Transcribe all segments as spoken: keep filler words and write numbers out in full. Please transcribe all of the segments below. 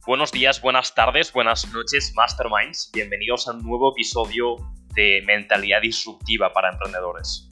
Buenos días, buenas tardes, buenas noches, Masterminds. Bienvenidos a un nuevo episodio de Mentalidad Disruptiva para Emprendedores.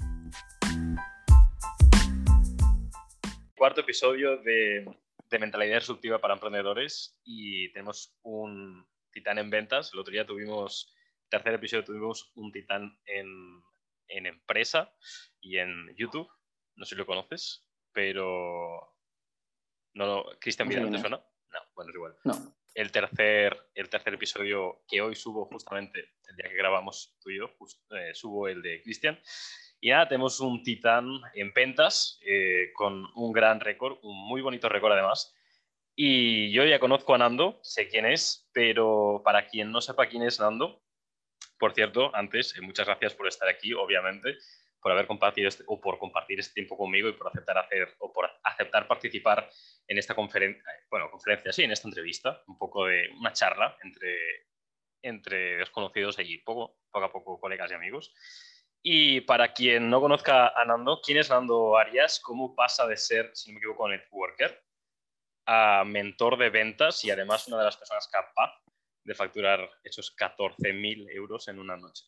Cuarto episodio de, de Mentalidad Disruptiva para Emprendedores y tenemos un titán en ventas. El otro día tuvimos, tercer episodio tuvimos un titán en, en empresa y en YouTube. No sé si lo conoces, pero... no, ¿Cristian No sé Vidal quién te es. suena? No, bueno, es igual. No. El tercer, el tercer episodio que hoy subo justamente, el día que grabamos tú y yo, just, eh, subo el de Cristian. Y nada, tenemos un titán en ventas eh, con un gran récord, un muy bonito récord además. Y yo ya conozco a Nando, sé quién es, pero para quien no sepa quién es Nando, por cierto, antes, eh, muchas gracias por estar aquí, obviamente, por haber compartido este, o por compartir este tiempo conmigo y por aceptar hacer o por aceptar participar en esta conferencia, bueno, conferencia, sí, en esta entrevista, un poco de una charla entre, entre desconocidos y poco, poco a poco colegas y amigos. Y para quien no conozca a Nando, ¿quién es Nando Arias? ¿Cómo pasa de ser, si no me equivoco, networker a mentor de ventas y además una de las personas capaz de facturar esos catorce mil euros en una noche?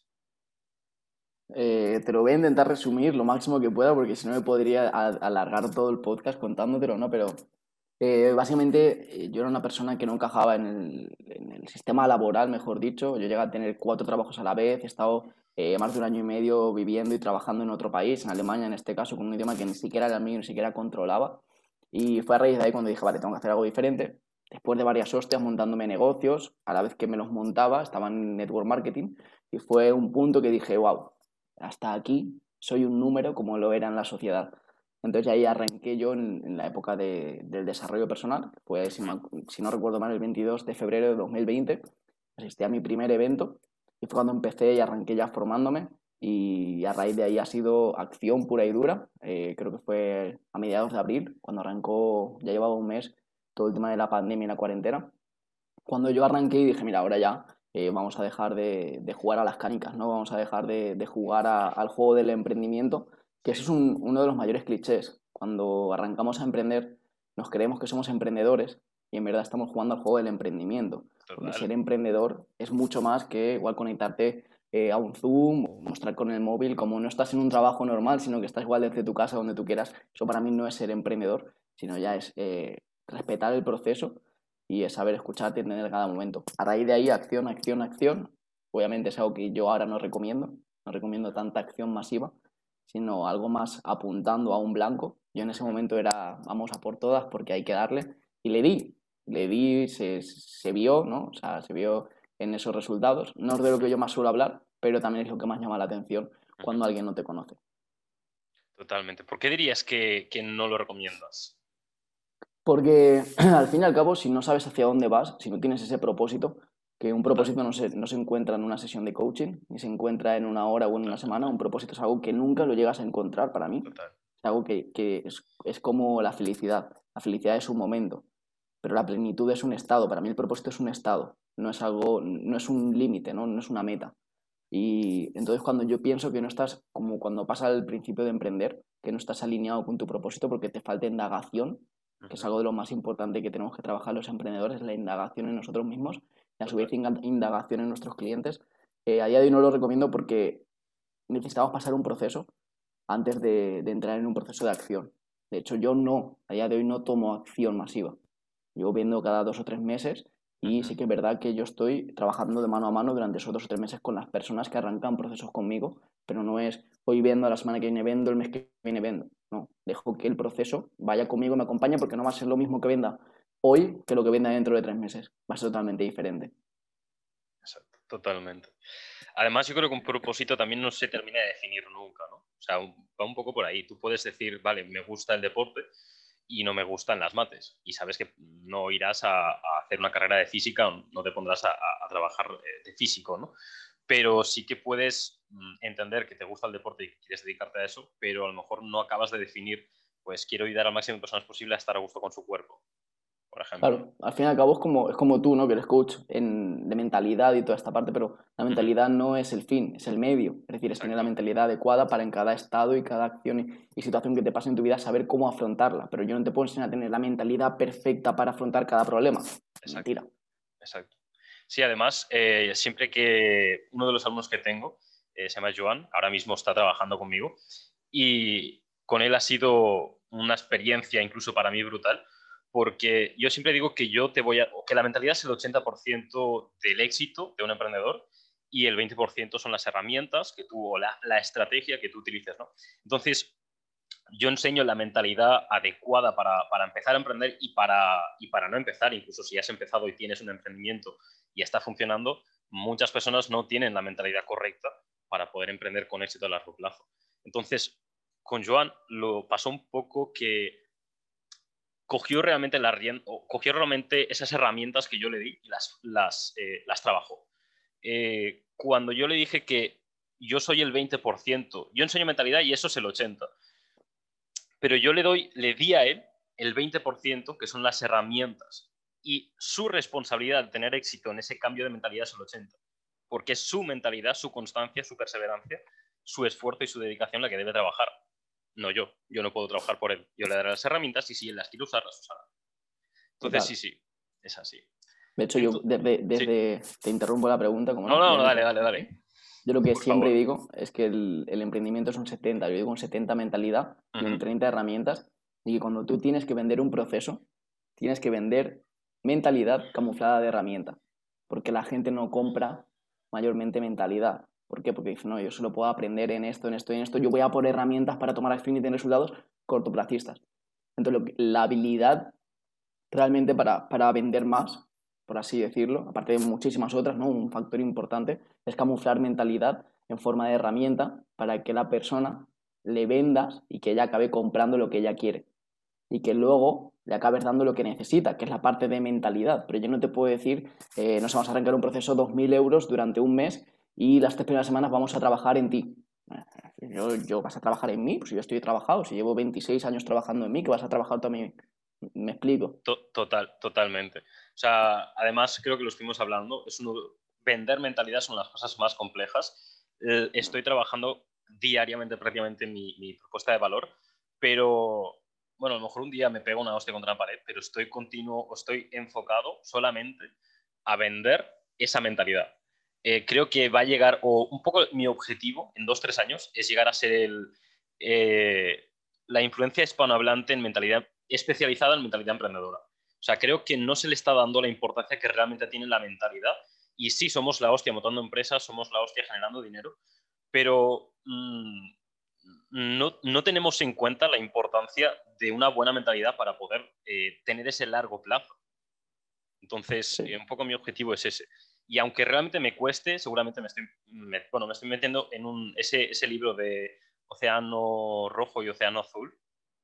Eh, te lo voy a intentar resumir lo máximo que pueda porque si no me podría a- alargar todo el podcast contándotelo, ¿no? Pero eh, básicamente eh, yo era una persona que no encajaba en el, en el sistema laboral, mejor dicho. Yo llegué a tener cuatro trabajos a la vez, he estado eh, más de un año y medio viviendo y trabajando en otro país, en Alemania en este caso, con un idioma que ni siquiera era el mío, ni siquiera controlaba. Y fue a raíz de ahí cuando dije, vale, tengo que hacer algo diferente. Después de varias hostias montándome negocios, a la vez que me los montaba, estaba en network marketing y fue un punto que dije, wow, hasta aquí soy un número como lo era en la sociedad. Entonces ahí arranqué yo en, en la época de, del desarrollo personal, fue, si, me, si no recuerdo mal, el veintidós de febrero de dos mil veinte, asistí a mi primer evento y fue cuando empecé y arranqué ya formándome y a raíz de ahí ha sido acción pura y dura. Eh, creo que fue a mediados de abril, cuando arrancó, ya llevaba un mes, todo el tema de la pandemia y la cuarentena. Cuando yo arranqué y dije, mira, ahora ya eh, vamos a dejar de, de, jugar a las canicas, ¿no? Vamos a dejar de, de jugar a, al juego del emprendimiento, que Sí. eso es un, uno de los mayores clichés. Cuando arrancamos a emprender, nos creemos que somos emprendedores y en verdad estamos jugando al juego del emprendimiento. Porque Total. ser emprendedor es mucho más que igual conectarte eh, a un Zoom o mostrar con el móvil como no estás en un trabajo normal, sino que estás igual desde tu casa donde tú quieras. Eso para mí no es ser emprendedor, sino ya es eh, respetar el proceso y es saber escucharte y entender cada momento. A raíz de ahí, acción, acción, acción. Obviamente es algo que yo ahora no recomiendo, no recomiendo tanta acción masiva, sino algo más apuntando a un blanco. Yo en ese momento era, vamos a por todas porque hay que darle, y le di, le di, se, se vio, ¿no? O sea, se vio en esos resultados. No es de lo que yo más suelo hablar, pero también es lo que más llama la atención cuando alguien no te conoce. Totalmente. ¿Por qué dirías que, que no lo recomiendas? Porque al fin y al cabo, si no sabes hacia dónde vas, si no tienes ese propósito, que un Total. propósito no se, no se encuentra en una sesión de coaching, ni se encuentra en una hora o en una Total. semana, un propósito es algo que nunca lo llegas a encontrar para mí. Total. Es algo que, que es, es como la felicidad. La felicidad es un momento, pero la plenitud es un estado. Para mí el propósito es un estado, no es algo, no es un límite, ¿no? No es una meta. Y entonces cuando yo pienso que no estás, como cuando pasa el principio de emprender, que no estás alineado con tu propósito porque te falta indagación, que es Ujú. algo de lo más importante que tenemos que trabajar los emprendedores, la indagación en nosotros mismos y a su Total. vez indagación en nuestros clientes. Eh, a día de hoy no lo recomiendo porque necesitamos pasar un proceso antes de, de entrar en un proceso de acción. De hecho, yo no, a día de hoy no tomo acción masiva. Yo vendo cada dos o tres meses y Ujú. sí que es verdad que yo estoy trabajando de mano a mano durante esos dos o tres meses con las personas que arrancan procesos conmigo, pero no es hoy vendo, la semana que viene vendo, el mes que viene vendo. No, dejo que el proceso vaya conmigo, me acompañe, porque no va a ser lo mismo que venda hoy que lo que venda dentro de tres meses. Va a ser totalmente diferente. Exacto. Totalmente. Además, yo creo que un propósito también no se termina de definir nunca, ¿no? O sea, un- va un poco por ahí. Tú puedes decir, vale, me gusta el deporte y no me gustan las mates. Y sabes que no irás a, a hacer una carrera de física o no te pondrás a, a- a trabajar eh, de físico, ¿no? Pero sí que puedes mm, entender que te gusta el deporte y que quieres dedicarte a eso, pero a lo mejor no acabas de definir, pues quiero ayudar al máximo de personas posible a estar a gusto con su cuerpo, por ejemplo. Claro, al fin y al cabo es como, es como tú, ¿no? Que eres coach en, de mentalidad y toda esta parte, pero la Ujú. mentalidad no es el fin, es el medio. Es decir, es tener la Exacto. mentalidad adecuada para en cada estado y cada acción y, y situación que te pase en tu vida saber cómo afrontarla. Pero yo no te puedo enseñar a tener la mentalidad perfecta para afrontar cada problema. Exacto. Mentira. Exacto. Sí, además, eh, siempre que uno de los alumnos que tengo eh, se llama Joan, ahora mismo está trabajando conmigo y con él ha sido una experiencia incluso para mí brutal, porque yo siempre digo que yo te voy a, que la mentalidad es el ochenta por ciento del éxito de un emprendedor y el veinte por ciento son las herramientas que tú o la, la estrategia que tú utilices, ¿no? Entonces, yo enseño la mentalidad adecuada para, para empezar a emprender y para, y para no empezar. Incluso si has empezado y tienes un emprendimiento y está funcionando, muchas personas no tienen la mentalidad correcta para poder emprender con éxito a largo plazo. Entonces, con Joan lo pasó un poco que cogió realmente, la, cogió realmente esas herramientas que yo le di y las, las, eh, las trabajó. Eh, cuando yo le dije que yo soy el veinte por ciento, yo enseño mentalidad y eso es el ochenta por ciento, pero yo le doy, le di a él el veinte por ciento, que son las herramientas, y su responsabilidad de tener éxito en ese cambio de mentalidad es el ochenta por ciento, porque es su mentalidad, su constancia, su perseverancia, su esfuerzo y su dedicación la que debe trabajar, no yo. Yo no puedo trabajar por él. Yo le daré las herramientas y si él las quiere usar, las usará. Entonces, Total. sí, sí, es así. De hecho, yo Entonces, desde, sí. desde te interrumpo la pregunta, como No, no, no, ya no, me dale, dale, interrumpiste. dale. Yo lo que Por siempre favor. digo es que el, el emprendimiento es un setenta, yo digo un setenta mentalidad y un Uh-huh. treinta herramientas, y que cuando tú tienes que vender un proceso, tienes que vender mentalidad camuflada de herramienta, porque la gente no compra mayormente mentalidad. ¿Por qué? Porque dice, no, yo solo puedo aprender en esto, en esto y en esto, yo voy a por herramientas para tomar acción y tener resultados cortoplacistas. Entonces, lo que- la habilidad realmente para, para vender más, por así decirlo, aparte de muchísimas otras, ¿no? Un factor importante es camuflar mentalidad en forma de herramienta para que la persona le vendas y que ella acabe comprando lo que ella quiere y que luego le acabes dando lo que necesita, que es la parte de mentalidad. Pero yo no te puedo decir, eh, nos vamos a arrancar un proceso dos mil euros durante un mes y las tres primeras semanas vamos a trabajar en ti. Yo, yo vas a trabajar en mí, pues yo estoy trabajado, si llevo veintiséis años trabajando en mí, que vas a trabajar también. ¿Me explico? To- Total, totalmente. O sea, además creo que lo estuvimos hablando, es uno, vender mentalidad son las cosas más complejas. Eh, estoy trabajando diariamente prácticamente en mi, mi propuesta de valor, pero bueno, a lo mejor un día me pego una hostia contra la pared, pero estoy continuo, estoy enfocado solamente a vender esa mentalidad. Eh, creo que va a llegar, o un poco mi objetivo en dos, tres años es llegar a ser el, eh, la influencia hispanohablante en mentalidad especializada en mentalidad emprendedora. O sea, creo que no se le está dando la importancia que realmente tiene la mentalidad. Y sí, somos la hostia montando empresas, somos la hostia generando dinero, pero mmm, no, no, tenemos en cuenta la importancia de una buena mentalidad para poder eh, tener ese largo plazo. Entonces, Sí. eh, un poco mi objetivo es ese. Y aunque realmente me cueste, seguramente me estoy, me, bueno, me estoy metiendo en un, ese, ese libro de Océano Rojo y Océano Azul.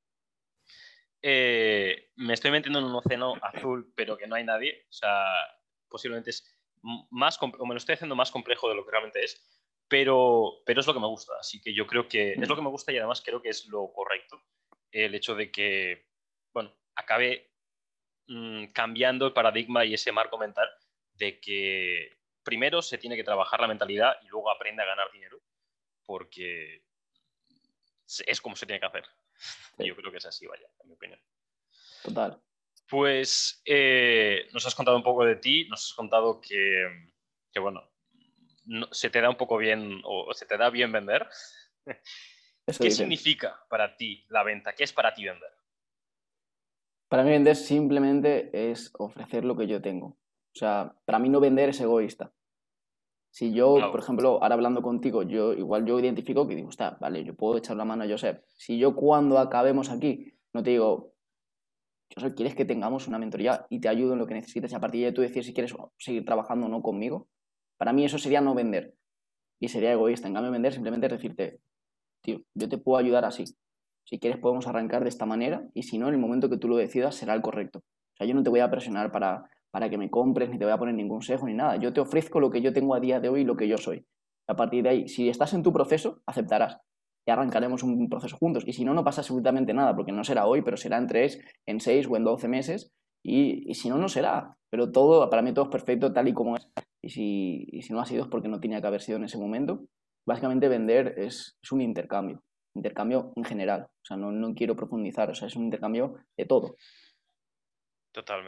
Eh, me estoy metiendo en un océano azul, pero que no hay nadie. O sea, posiblemente es más, o me lo estoy haciendo más complejo de lo que realmente es, pero, pero es lo que me gusta. Así que yo creo que es lo que me gusta y además creo que es lo correcto. El hecho de que, bueno, acabe mmm, cambiando el paradigma y ese marco mental de que primero se tiene que trabajar la mentalidad y luego aprende a ganar dinero, porque es como se tiene que hacer. Sí, Yo creo que es así, vaya, en mi opinión. total. Pues eh, nos has contado un poco de ti, nos has contado que, que bueno, no, se te da un poco bien o se te da bien vender. Eso ¿Qué dicen. significa para ti la venta? ¿Qué es para ti vender? Para mí vender simplemente es ofrecer lo que yo tengo. O sea, para mí no vender es egoísta. Si yo, por No. ejemplo, ahora hablando contigo, yo igual yo identifico que digo, está, vale, yo puedo echar la mano a Josep. Si yo cuando acabemos aquí no te digo, Josep, ¿quieres que tengamos una mentoría y te ayudo en lo que necesites y a partir de ahí tú decides si quieres seguir trabajando o no conmigo? Para mí eso sería no vender y sería egoísta. En cambio, vender simplemente es decirte, tío, yo te puedo ayudar así. Si quieres podemos arrancar de esta manera y si no, en el momento que tú lo decidas será el correcto. O sea, yo no te voy a presionar para, para que me compres, ni te voy a poner ningún sesgo, ni nada. Yo te ofrezco lo que yo tengo a día de hoy y lo que yo soy. A partir de ahí, si estás en tu proceso, aceptarás. Y arrancaremos un proceso juntos. Y si no, no pasa absolutamente nada, porque no será hoy, pero será en tres, en seis o en doce meses. Y, y si no, no será. Pero todo, para mí todo es perfecto tal y como es. Y si, y si no ha sido es porque no tenía que haber sido en ese momento. Básicamente vender es, es un intercambio intercambio en general, o sea, no, no quiero profundizar, o sea, es un intercambio de todo. Totalmente.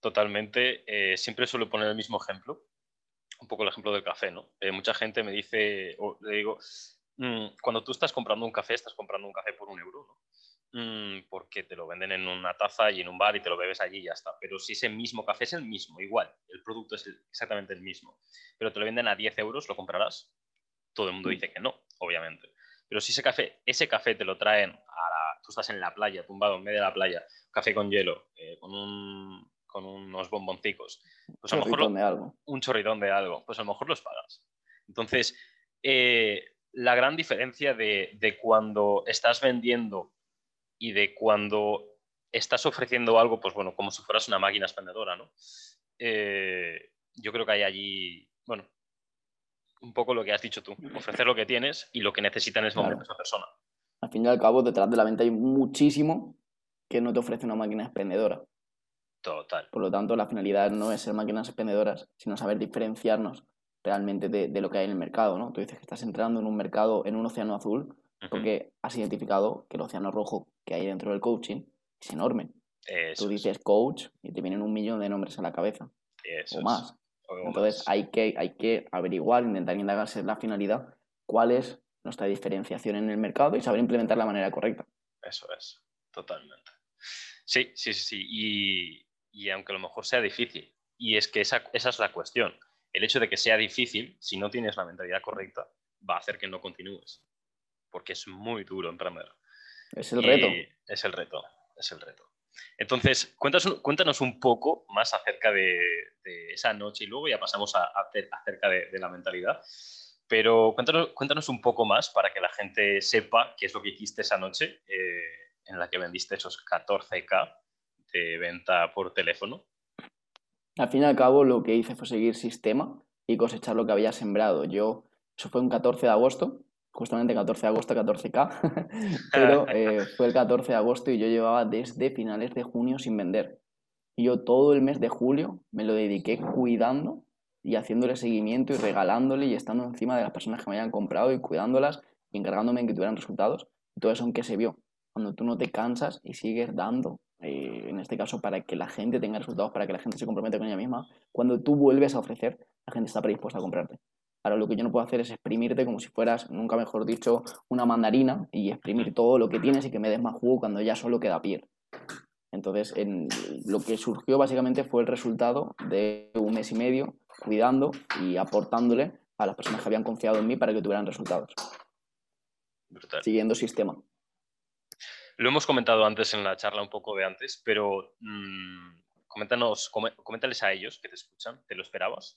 totalmente. Eh, siempre suelo poner el mismo ejemplo, un poco el ejemplo del café, ¿no? Eh, mucha gente me dice, o le digo, mm, cuando tú estás comprando un café, estás comprando un café por un euro, ¿no? Mm, porque te lo venden en una taza y en un bar y te lo bebes allí y ya está. Pero si ese mismo café es el mismo, igual, el producto es el- exactamente el mismo, pero te lo venden a diez euros, ¿lo comprarás? Todo el mundo Mm. dice que no, obviamente. Pero si ese café, ese café te lo traen a la, tú estás en la playa, tumbado en medio de la playa, café con hielo, eh, con, un, con unos bomboncicos, pues a lo mejor Chorritón lo- de algo. un chorritón de algo, pues a lo mejor los pagas. Entonces, eh, la gran diferencia de, de cuando estás vendiendo y de cuando estás ofreciendo algo, pues bueno, como si fueras una máquina expendedora, ¿no? Eh, yo creo que hay allí, bueno, un poco lo que has dicho tú, ofrecer lo que tienes y lo que necesita en ese momento Claro. esa persona. Al fin y al cabo, detrás de la venta hay muchísimo que no te ofrece una máquina expendedora. Total. Por lo tanto, la finalidad no es ser máquinas expendedoras, sino saber diferenciarnos realmente de, de lo que hay en el mercado, ¿no? Tú dices que estás entrando en un mercado, en un océano azul, Ujú. porque has identificado que el océano rojo que hay dentro del coaching es enorme. Tú Eso es, dices coach y te vienen un millón de nombres a la cabeza, eso o es. más. O algo Entonces más. hay que, hay que averiguar, intentar indagarse la finalidad, cuál es nuestra diferenciación en el mercado y saber implementar la manera correcta. Eso es, totalmente. Sí, sí, sí, sí. Y, y aunque a lo mejor sea difícil, y es que esa, esa es la cuestión. El hecho de que sea difícil, si no tienes la mentalidad correcta, va a hacer que no continúes. Porque es muy duro emprender. Es el Y reto. es el reto, es el reto. Entonces, cuéntanos, cuéntanos un poco más acerca de, de esa noche y luego ya pasamos a, a hacer- acerca de, de la mentalidad. Pero cuéntanos, cuéntanos un poco más para que la gente sepa qué es lo que hiciste esa noche eh, en la que vendiste esos catorce K de venta por teléfono. Al fin y al cabo, lo que hice fue seguir sistema y cosechar lo que había sembrado. Yo, eso fue un catorce de agosto, justamente catorce de agosto, catorce K, pero eh, fue el catorce de agosto y yo llevaba desde finales de junio sin vender. Y yo todo el mes de julio me lo dediqué cuidando y haciéndole seguimiento y regalándole y estando encima de las personas que me habían comprado y cuidándolas y encargándome en que tuvieran resultados. Y todo eso en qué se vio. Cuando tú no te cansas y sigues dando, eh, en este caso para que la gente tenga resultados, para que la gente se comprometa con ella misma, cuando tú vuelves a ofrecer, la gente está predispuesta a comprarte. Ahora lo que yo no puedo hacer es exprimirte como si fueras, nunca mejor dicho, una mandarina y exprimir todo lo que tienes y que me des más jugo cuando ya solo queda piel. Entonces, en, lo que surgió básicamente fue el resultado de un mes y medio cuidando y aportándole a las personas que habían confiado en mí para que tuvieran resultados, Brutal. siguiendo sistema. Lo hemos comentado antes en la charla un poco de antes, pero mmm, coméntanos, come- coméntales a ellos que te escuchan. ¿Te lo esperabas?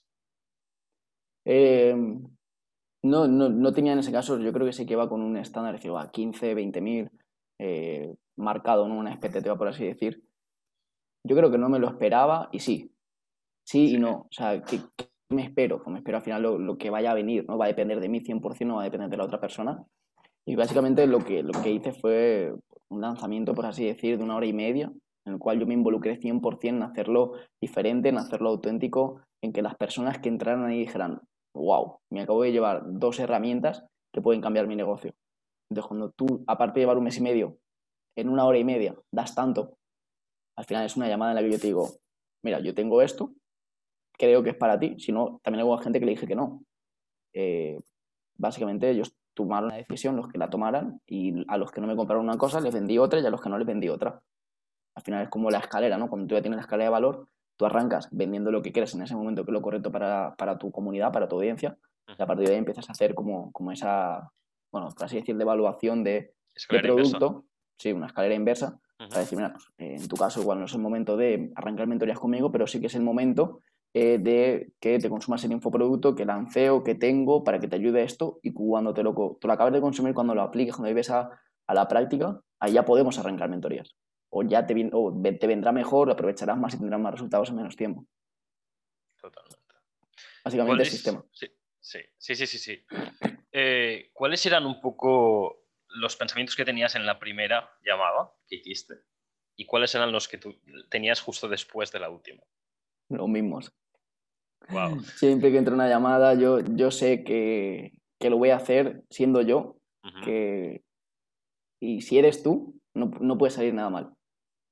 Eh, no, no, no tenía en ese caso, yo creo que sí que va con un estándar, decir, a quince, veinte mil, eh, marcado, ¿no? Una expectativa, por así decir. Yo creo que no me lo esperaba y sí, sí Sí. y no. O sea, ¿qué, qué me espero? Pues me espero al final lo, lo que vaya a venir, ¿no? Va a depender de mí cien por ciento, no va a depender de la otra persona. Y básicamente lo que, lo que hice fue un lanzamiento, por así decir, de una hora y media, en el cual yo me involucré cien por ciento en hacerlo diferente, en hacerlo auténtico, en que las personas que entraran ahí dijeran, wow, me acabo de llevar dos herramientas que pueden cambiar mi negocio. Entonces, cuando tú, aparte de llevar un mes y medio, en una hora y media, das tanto, al final es una llamada en la que yo te digo, mira, yo tengo esto, creo que es para ti, si no, también hubo gente que le dije que no. Eh, Básicamente ellos tomaron una decisión, los que la tomaran, y a los que no me compraron una cosa les vendí otra y a los que no les vendí otra. Al final es como la escalera, ¿no? Cuando tú ya tienes la escalera de valor, tú arrancas vendiendo lo que quieres en ese momento que es lo correcto para, para tu comunidad, para tu audiencia, y a Ujú. partir de ahí empiezas a hacer como, como esa, bueno, por así decir, de evaluación de, de Escalera inversa. producto, sí, una escalera inversa, Ujú. para decir, mira, pues, eh, en tu caso igual no es el momento de arrancar mentorías conmigo, pero sí que es el momento eh, de que te consumas el infoproducto que lanceo, que tengo, para que te ayude esto y cuando te lo, te lo acabes de consumir, cuando lo apliques, cuando lleves a, a la práctica, ahí ya podemos arrancar mentorías. O ya te, o te vendrá mejor, lo aprovecharás más y tendrás más resultados en menos tiempo. Totalmente. Básicamente es ¿Cuáles? sistema. Sí, sí, sí, sí, sí, sí. Eh, ¿cuáles eran un poco los pensamientos que tenías en la primera llamada que hiciste? ¿Y cuáles eran los que tú tenías justo después de la última? Los mismos. Wow. Siempre que entra una llamada, yo, yo sé que, que lo voy a hacer siendo yo, Ujú. que, y si eres tú, no, no puede salir nada mal.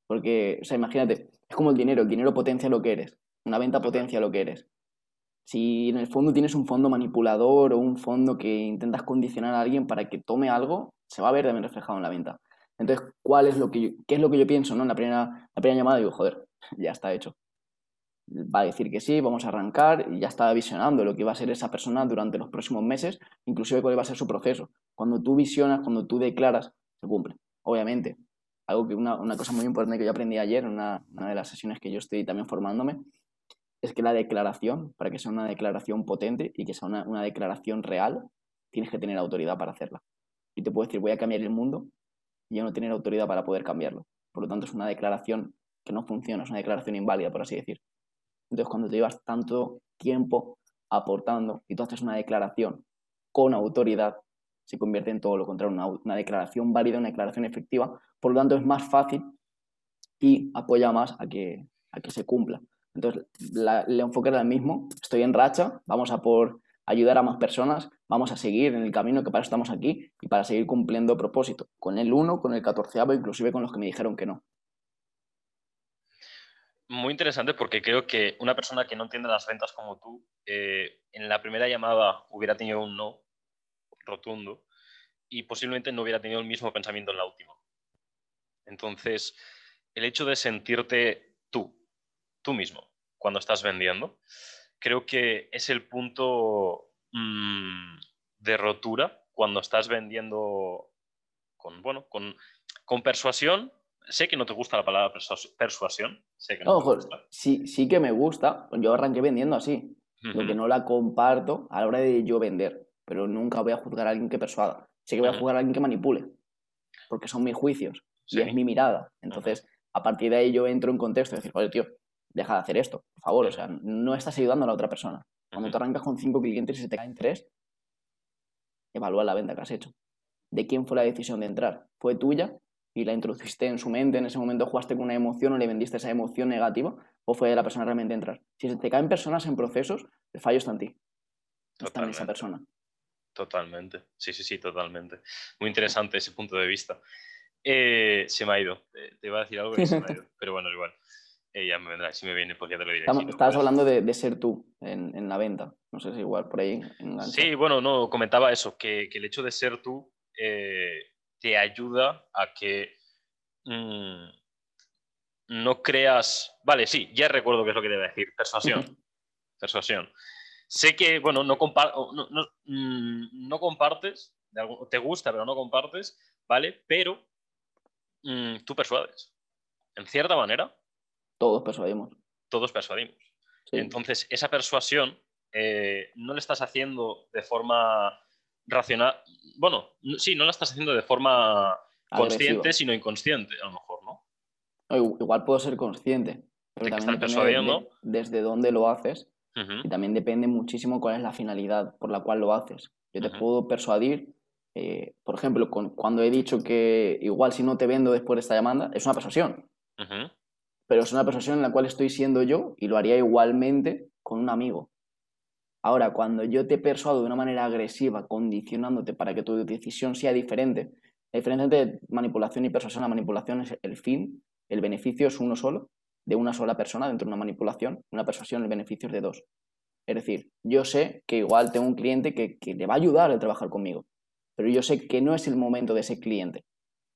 Porque, o sea, imagínate, es como el dinero, el dinero potencia lo que eres, una venta Total. potencia lo que eres. Si en el fondo tienes un fondo manipulador o un fondo que intentas condicionar a alguien para que tome algo, se va a ver también reflejado en la venta. Entonces, ¿cuál es lo que yo, qué es lo que yo pienso, ¿no? En la primera, la primera llamada digo, joder, ya está hecho. Va a decir que sí, vamos a arrancar y ya estaba visionando lo que iba a ser esa persona durante los próximos meses, inclusive cuál iba a ser su proceso. Cuando tú visionas, cuando tú declaras, se cumple. Obviamente, algo que una, una cosa muy importante que yo aprendí ayer en una, una de las sesiones que yo estoy también formándome, es que la declaración, para que sea una declaración potente y que sea una, una declaración real, tienes que tener autoridad para hacerla. Y te puedo decir, voy a cambiar el mundo y yo no tener autoridad para poder cambiarlo. Por lo tanto, es una declaración que no funciona, es una declaración inválida, por así decir. Entonces, cuando te llevas tanto tiempo aportando y tú haces una declaración con autoridad, se convierte en todo lo contrario, una, una declaración válida, una declaración efectiva. Por lo tanto, es más fácil y apoya más a que, a que se cumpla. Entonces, la, el enfoque era el mismo. Estoy en racha, vamos a por ayudar a más personas, vamos a seguir en el camino que para eso estamos aquí y para seguir cumpliendo propósito. Con el uno, con el catorceavo, inclusive con los que me dijeron que no. Muy interesante porque creo que una persona que no entiende las ventas como tú, eh, en la primera llamada hubiera tenido un no rotundo y posiblemente no hubiera tenido el mismo pensamiento en la última. Entonces, el hecho de sentirte tú, tú mismo, cuando estás vendiendo, creo que es el punto mmm, de rotura cuando estás vendiendo con, bueno, con, con persuasión. Sé que no te gusta la palabra persu- persuasión, sé que no No, te ojo, gusta. sí, sí que me gusta. Yo arranqué vendiendo así. Lo que Uh-huh, no la comparto a la hora de yo vender. Pero nunca voy a juzgar a alguien que persuada. Sí que voy a uh-huh, juzgar a alguien que manipule. Porque son mis juicios. sí. Y es mi mirada. Uh-huh, Entonces, a partir de ahí yo entro en contexto y decir, joder, tío, deja de hacer esto, por favor. O uh-huh, sea, no estás ayudando a la otra persona. Cuando uh-huh. tú arrancas con cinco clientes y se te caen tres, evalúa la venta que has hecho. ¿De quién fue la decisión de entrar? ¿Fue tuya? ¿Y la introduciste en su mente? ¿En ese momento jugaste con una emoción o le vendiste esa emoción negativa? ¿O fue de la persona realmente entrar? Si se te caen personas en procesos, el fallo está en ti. No está en esa Totalmente, persona. totalmente. Sí, sí, sí, totalmente. Muy interesante ese punto de vista. Eh, se me ha ido. Eh, te iba a decir algo y se me ha ido. Pero bueno, igual. Eh, ya me vendrá. Si me viene, pues ya te lo diré. Si no, Estabas pues... hablando de, de ser tú en, en, la venta. No sé si igual por ahí engancha. Sí, bueno, no, comentaba eso, que, que el hecho de ser tú eh, te ayuda a que mmm, no creas... Vale, sí, ya recuerdo qué es lo que te iba a decir. Persuasión. Persuasión. Sé que, bueno, no, compar no, no, mmm, no compartes, de algo, te gusta, pero no compartes, ¿vale? Pero mmm, tú persuades. En cierta manera, Todos persuadimos. todos persuadimos. Sí. Entonces, esa persuasión eh, no la estás haciendo de forma racional. Bueno, sí, no la estás haciendo de forma consciente, Agresiva. sino inconsciente, a lo mejor, ¿no? No, igual puedo ser consciente, pero De que también estás depende de, persuadiendo. de, desde dónde lo haces Uh-huh, y también depende muchísimo cuál es la finalidad por la cual lo haces. Yo te uh-huh, puedo persuadir, eh, por ejemplo, con, cuando he dicho que igual si no te vendo después de esta llamada, es una persuasión, uh-huh. pero es una persuasión en la cual estoy siendo yo y lo haría igualmente con un amigo. Ahora, cuando yo te persuado de una manera agresiva, condicionándote para que tu decisión sea diferente, la diferencia entre manipulación y persuasión, la manipulación es el fin, el beneficio es uno solo, de una sola persona dentro de una manipulación, una persuasión el beneficio es de dos. Es decir, yo sé que igual tengo un cliente que, que le va a ayudar a trabajar conmigo, pero yo sé que no es el momento de ese cliente.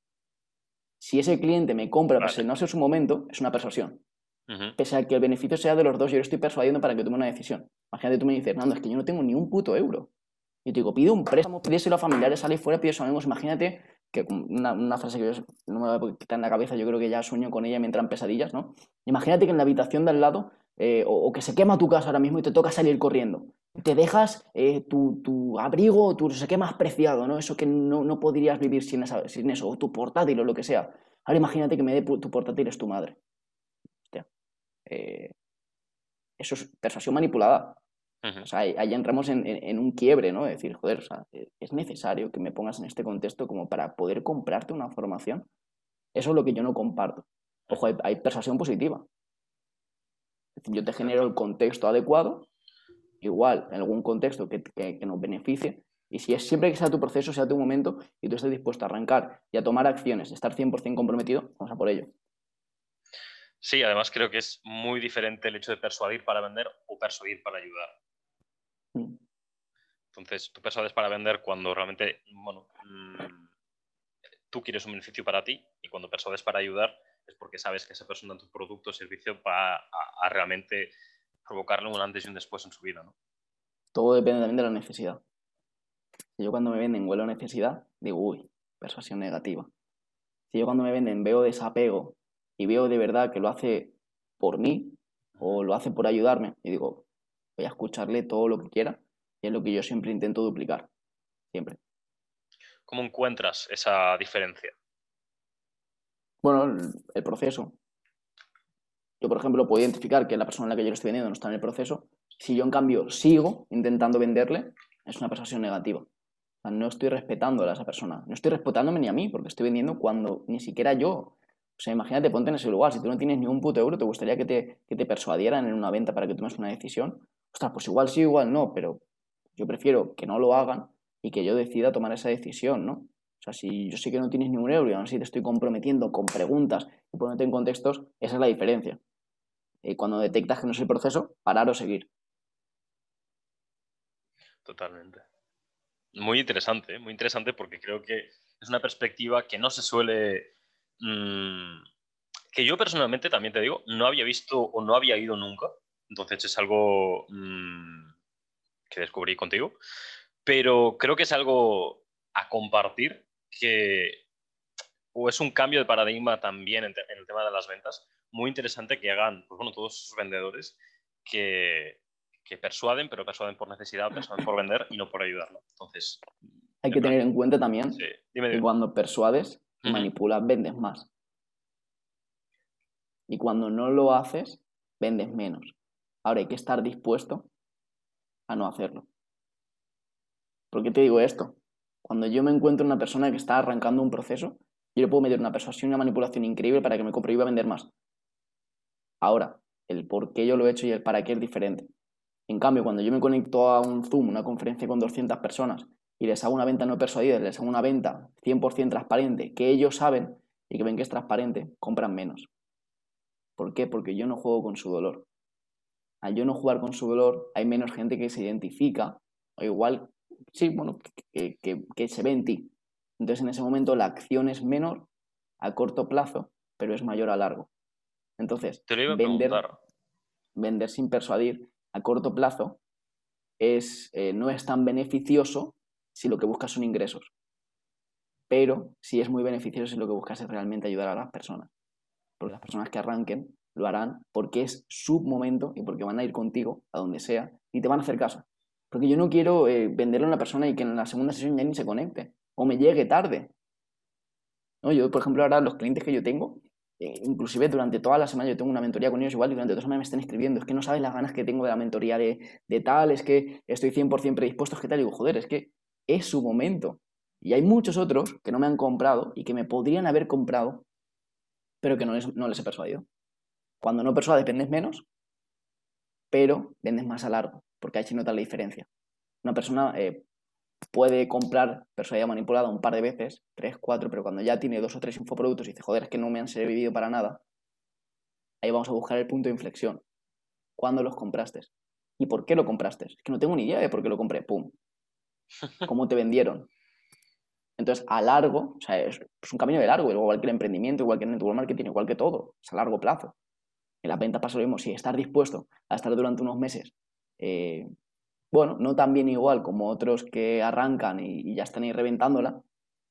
Si ese cliente me compra, pero Vale. no es su momento, es una persuasión. Uh-huh. Pese a que el beneficio sea de los dos, yo le estoy persuadiendo para que tome una decisión. Imagínate, tú me dices, Fernando, es que yo no tengo ni un puto euro. Yo te digo, pide un préstamo, pídeselo a familiares, sale fuera, pide a amigos. Imagínate que una, una frase que yo no me va a quitar en la cabeza, yo creo que ya sueño con ella y me entran pesadillas, ¿no? Imagínate que en la habitación de al lado, eh, o, o, que se quema tu casa ahora mismo y te toca salir corriendo. Te dejas eh, tu, tu, abrigo, tu no sé qué más preciado, ¿no? Eso que no, no podrías vivir sin, esa, sin eso, o tu portátil o lo que sea. Ahora imagínate que me dé tu portátil es tu madre. Hostia. Eh, eso es persuasión manipulada. Uh-huh. O sea, ahí, ahí entramos en, en, en, un quiebre, ¿no? De decir, joder, o sea, es necesario que me pongas en este contexto como para poder comprarte una formación. Eso es lo que yo no comparto. Ojo, Uh-huh. hay, hay persuasión positiva. Es decir, yo te genero Exacto. el contexto adecuado, igual, en algún contexto que, que, que nos beneficie, y si es siempre que sea tu proceso, sea tu momento, y tú estés dispuesto a arrancar y a tomar acciones, estar cien por ciento comprometido, vamos a por ello. Sí, además creo que es muy diferente el hecho de persuadir para vender o persuadir para ayudar. Mm. Entonces, tú persuades para vender cuando realmente, bueno, mmm, tú quieres un beneficio para ti, y cuando persuades para ayudar es porque sabes que esa persona en tu producto o servicio va a, a realmente provocarle un antes y un después en su vida, ¿no? Todo depende también de la necesidad. Si yo cuando me venden huelo necesidad, digo, uy, persuasión negativa. Si yo cuando me venden veo desapego y veo de verdad que lo hace por mí o lo hace por ayudarme, y digo, voy a escucharle todo lo que quiera, y es lo que yo siempre intento duplicar, siempre. ¿Cómo encuentras esa diferencia? Bueno, el, el proceso. Yo, por ejemplo, puedo identificar que la persona a la que yo le estoy vendiendo no está en el proceso. Si yo, en cambio, sigo intentando venderle, es una persuasión negativa. O sea, no estoy respetando a esa persona. No estoy respetándome ni a mí, porque estoy vendiendo cuando ni siquiera yo. O sea, imagínate, ponte en ese lugar. Si tú no tienes ni un puto euro, ¿te gustaría que te, que te persuadieran en una venta para que tomes una decisión? Ostras, pues igual sí, igual no, pero yo prefiero que no lo hagan y que yo decida tomar esa decisión, ¿no? O sea, si yo sé que no tienes ni un euro y aún así te estoy comprometiendo con preguntas y poniéndote en contextos, esa es la diferencia. Y cuando detectas que no es el proceso, parar o seguir. Totalmente. Muy interesante, ¿eh? Muy interesante, porque creo que es una perspectiva que no se suele... mmm, que yo personalmente, también te digo, no había visto o no había ido nunca. Entonces es algo mmm, que descubrí contigo. Pero creo que es algo a compartir, que o es un cambio de paradigma también en, te- en el tema de las ventas, muy interesante que hagan, pues bueno, todos esos vendedores que, que persuaden, pero persuaden por necesidad, persuaden por vender y no por ayudar, ¿no? Entonces, Hay me que tener parece... en cuenta Sí, también dime, que dime. cuando persuades y Ujú. manipulas, vendes más. Y cuando no lo haces, vendes menos. Ahora hay que estar dispuesto a no hacerlo. ¿Por qué te digo esto? Cuando yo me encuentro una persona que está arrancando un proceso, yo le puedo meter una persuasión y una manipulación increíble para que me compre y va a vender más. Ahora, el por qué yo lo he hecho y el para qué es diferente. En cambio, cuando yo me conecto a un Zoom, una conferencia con doscientas personas, y les hago una venta no persuadida, les hago una venta cien por ciento transparente, que ellos saben y que ven que es transparente, compran menos. ¿Por qué? Porque yo no juego con su dolor. Al yo no jugar con su dolor, hay menos gente que se identifica, o igual, sí, bueno, que, que, que se ve en ti. Entonces, en ese momento, la acción es menor a corto plazo, pero es mayor a largo. Entonces, Te lo iba a vender, preguntar. vender sin persuadir a corto plazo es, eh, no es tan beneficioso si lo que buscas son ingresos, pero sí es muy beneficioso si lo que buscas es realmente ayudar a las personas, porque las personas que arranquen lo harán porque es su momento y porque van a ir contigo a donde sea y te van a hacer caso. Porque yo no quiero eh, venderle a una persona y que en la segunda sesión ya ni se conecte o me llegue tarde. ¿No? Yo, por ejemplo, ahora los clientes que yo tengo, eh, inclusive durante toda la semana yo tengo una mentoría con ellos igual y durante dos semanas me están escribiendo, es que no sabes las ganas que tengo de la mentoría de, de tal, es que estoy cien por ciento predispuesto, es que tal, y digo, joder, es que es su momento. Y hay muchos otros que no me han comprado y que me podrían haber comprado, pero que no les, no les he persuadido. Cuando no persuades vendes menos, pero vendes más a largo, porque ahí sí notas la diferencia. Una persona eh, puede comprar persuadida manipulada un par de veces, tres, cuatro, pero cuando ya tiene dos o tres infoproductos y dice, joder, es que no me han servido para nada, ahí vamos a buscar el punto de inflexión. ¿Cuándo los compraste? ¿Y por qué lo compraste? Es que no tengo ni idea de por qué lo compré. ¡Pum! ¿Cómo te vendieron? Entonces, a largo, o sea, es, es un camino de largo, igual que el emprendimiento, igual que el network marketing, igual que todo, es a largo plazo. En las ventas pasa lo mismo, si estás dispuesto a estar durante unos meses, eh, bueno, no tan bien igual como otros que arrancan y, y ya están ahí reventándola,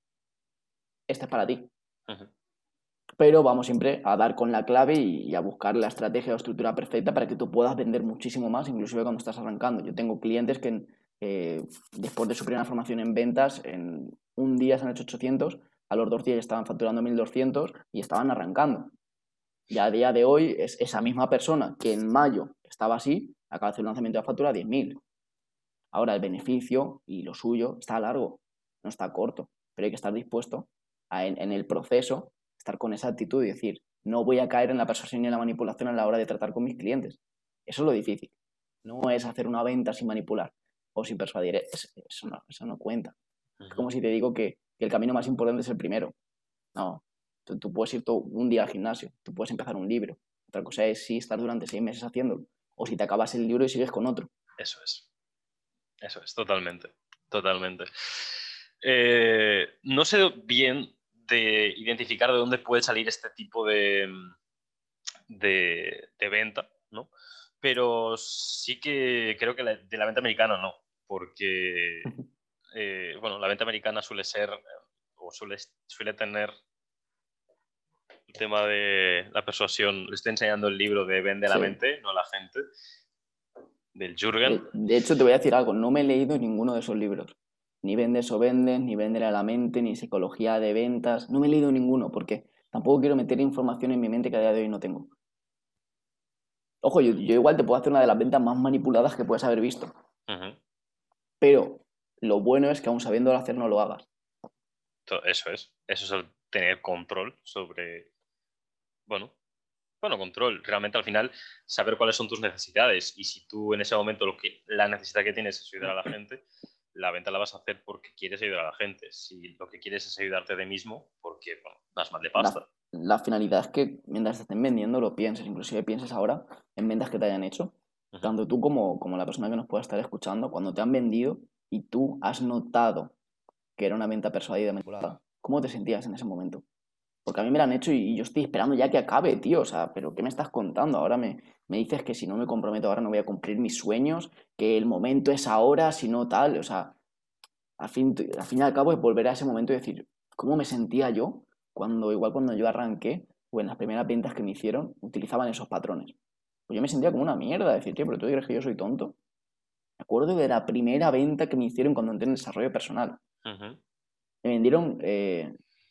esta es para ti. Ujú. Pero vamos siempre a dar con la clave y, y a buscar la estrategia o estructura perfecta para que tú puedas vender muchísimo más, inclusive cuando estás arrancando. Yo tengo clientes que eh, después de su primera formación en ventas, en un día se han hecho ochocientos, a los dos días estaban facturando mil doscientos y estaban arrancando. Y a día de hoy es esa misma persona que en mayo estaba así, acaba de hacer un lanzamiento de factura a diez mil. Ahora el beneficio y lo suyo está a largo, no está corto, pero hay que estar dispuesto a, en, en el proceso, estar con esa actitud y decir, no voy a caer en la persuasión y en la manipulación a la hora de tratar con mis clientes. Eso es lo difícil. No es hacer una venta sin manipular o sin persuadir. Es, eso, no, eso no cuenta. Es Ujú. como si te digo que, que el camino más importante es el primero. No, tú, tú puedes ir todo un día al gimnasio, tú puedes empezar un libro, Otra cosa es si estás durante seis meses haciéndolo o si te acabas el libro y sigues con otro. Eso es. Eso es, totalmente. Totalmente. Eh, no sé bien de identificar de dónde puede salir este tipo de, de, de venta, ¿no? Pero sí que creo que la, de la venta americana no, porque, eh, bueno, la venta americana suele ser, o suele, suele tener el tema de la persuasión. Le estoy enseñando el libro de Vende la Sí. mente, no la gente, del Jürgen. De, de hecho, te voy a decir algo, no me he leído ninguno de esos libros. Ni Vendes o Vendes, ni Vender a la mente, ni Psicología de ventas. No me he leído ninguno porque tampoco quiero meter información en mi mente que a día de hoy no tengo. Ojo, yo, yo igual te puedo hacer una de las ventas más manipuladas que puedes haber visto. Uh-huh. Pero lo bueno es que aún sabiéndolo hacer no lo hagas. Eso es. Eso es el tener control sobre... Bueno, bueno, control. Realmente al final saber cuáles son tus necesidades y si tú en ese momento lo que, la necesidad que tienes es ayudar a la gente, la venta la vas a hacer porque quieres ayudar a la gente. Si lo que quieres es ayudarte a ti mismo, porque bueno, vas mal de pasta. La, la finalidad es que mientras te estén vendiendo lo pienses, inclusive pienses ahora en ventas que te hayan hecho. Uh-huh. Tanto tú como, como la persona que nos pueda estar escuchando, cuando te han vendido y tú has notado que era una venta persuadida, manipulada, ¿cómo te sentías en ese momento? Porque a mí me la han hecho y, y yo estoy esperando ya que acabe, tío. O sea, ¿pero qué me estás contando? Ahora me, me dices que si no me comprometo ahora no voy a cumplir mis sueños, que el momento es ahora, si no tal. O sea, al fin, al fin y al cabo es volver a ese momento y decir, ¿cómo me sentía yo cuando, igual cuando yo arranqué o en las primeras ventas que me hicieron, utilizaban esos patrones? Pues yo me sentía como una mierda, decir, tío, pero tú crees que yo soy tonto. Me acuerdo de la primera venta que me hicieron cuando entré en desarrollo personal. Uh-huh. Me vendieron eh,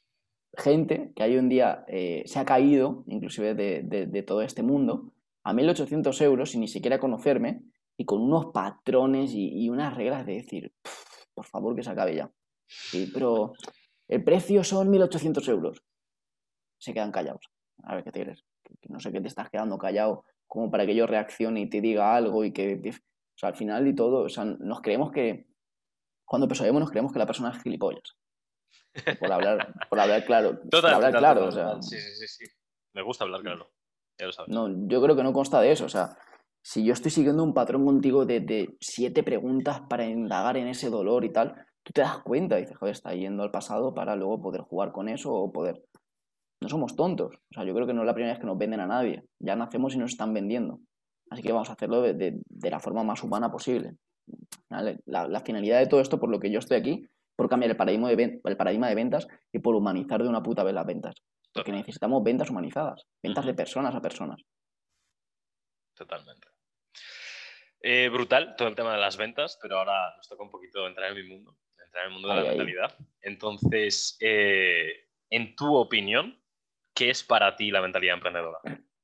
gente que hoy en día eh, se ha caído, inclusive de, de, de todo este mundo, a mil ochocientos euros sin ni siquiera conocerme y con unos patrones y, y unas reglas de decir, por favor que se acabe ya. Sí, pero el precio son mil ochocientos euros. Se quedan callados. A ver qué te crees. Que no sé qué te estás quedando callado como para que yo reaccione y te diga algo y que... O sea, al final y todo, o sea, nos creemos que... Cuando persuadimos nos creemos que la persona es gilipollas. Por hablar, por hablar claro. Por Total, hablar total, claro, total, o sea... total. Sí, sí, sí, sí. Me gusta hablar claro. Ya lo sabes. No, yo creo que no consta de eso. O sea, si yo estoy siguiendo un patrón contigo de, de siete preguntas para indagar en ese dolor y tal, tú te das cuenta y dices, joder, está yendo al pasado para luego poder jugar con eso o poder... No somos tontos. O sea, yo creo que no es la primera vez que nos venden a nadie. Ya nacemos y nos están vendiendo. Así que vamos a hacerlo de, de, de la forma más humana posible. ¿Vale? La, la, finalidad de todo esto, por lo que yo estoy aquí, por cambiar el paradigma, de, el paradigma de ventas y por humanizar de una puta vez las ventas. Porque Total. necesitamos ventas humanizadas. Ventas Uh-huh. de personas a personas. Totalmente. Eh, brutal todo el tema de las ventas, pero ahora nos toca un poquito entrar en mi mundo, entrar en el mundo de Ahí, la ahí. mentalidad. Entonces, eh, en tu opinión, ¿qué es para ti la mentalidad emprendedora?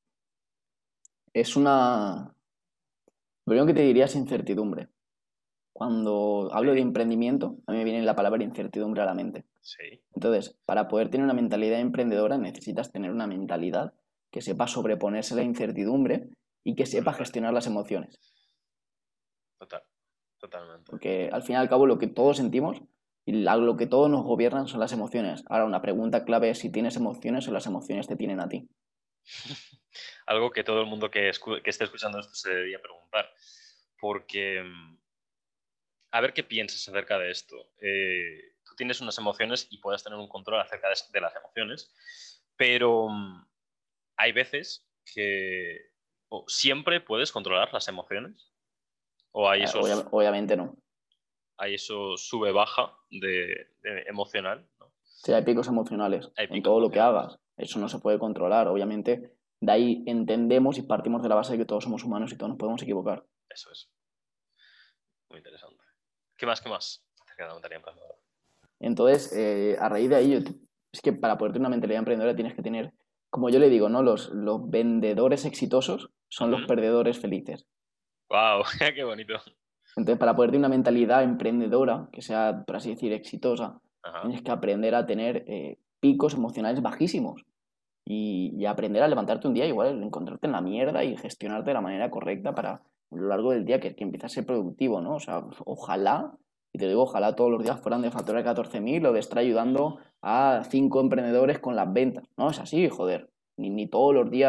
Es una... Lo primero que te diría es incertidumbre. Cuando hablo de Sí. emprendimiento, a mí me viene la palabra incertidumbre a la mente. Sí. Entonces, para poder tener una mentalidad emprendedora necesitas tener una mentalidad que sepa sobreponerse a la incertidumbre y que sepa Brutal. gestionar las emociones. Total. Totalmente. Porque al fin y al cabo lo que todos sentimos y lo que todos nos gobiernan son las emociones. Ahora, una pregunta clave es si tienes emociones o las emociones te tienen a ti. Algo que todo el mundo que, escu que esté escuchando esto se debería preguntar. Porque, a ver qué piensas acerca de esto. Eh, tú tienes unas emociones y puedes tener un control acerca de, de las emociones, pero hay veces que o siempre puedes controlar las emociones o hay esos, Obvia- obviamente no. hay eso sube-baja de, de emocional, ¿no? Sí, hay picos emocionales Hay en picos todo lo que emocionales. hagas. Eso no se puede controlar. Obviamente, de ahí entendemos y partimos de la base de que todos somos humanos y todos nos podemos equivocar. Eso es. Muy interesante. ¿Qué más? ¿Qué más? Acerca de la mentalidad emprendedora. Entonces, eh, a raíz de ahí, yo, es que para poder tener una mentalidad emprendedora tienes que tener, como yo le digo, ¿no? Los, los vendedores exitosos son los Uh-huh. perdedores felices. ¡Wow! ¡Qué bonito! Entonces, para poder tener una mentalidad emprendedora, que sea, por así decir, exitosa, Ajá. tienes que aprender a tener eh, picos emocionales bajísimos y, y aprender a levantarte un día, igual encontrarte en la mierda y gestionarte de la manera correcta para a lo largo del día que, que empieces a ser productivo, ¿no? O sea, ojalá, y te digo, ojalá todos los días fueran de facturar catorce mil o de estar ayudando a cinco emprendedores con las ventas. No es así, joder. Ni, ni todos los días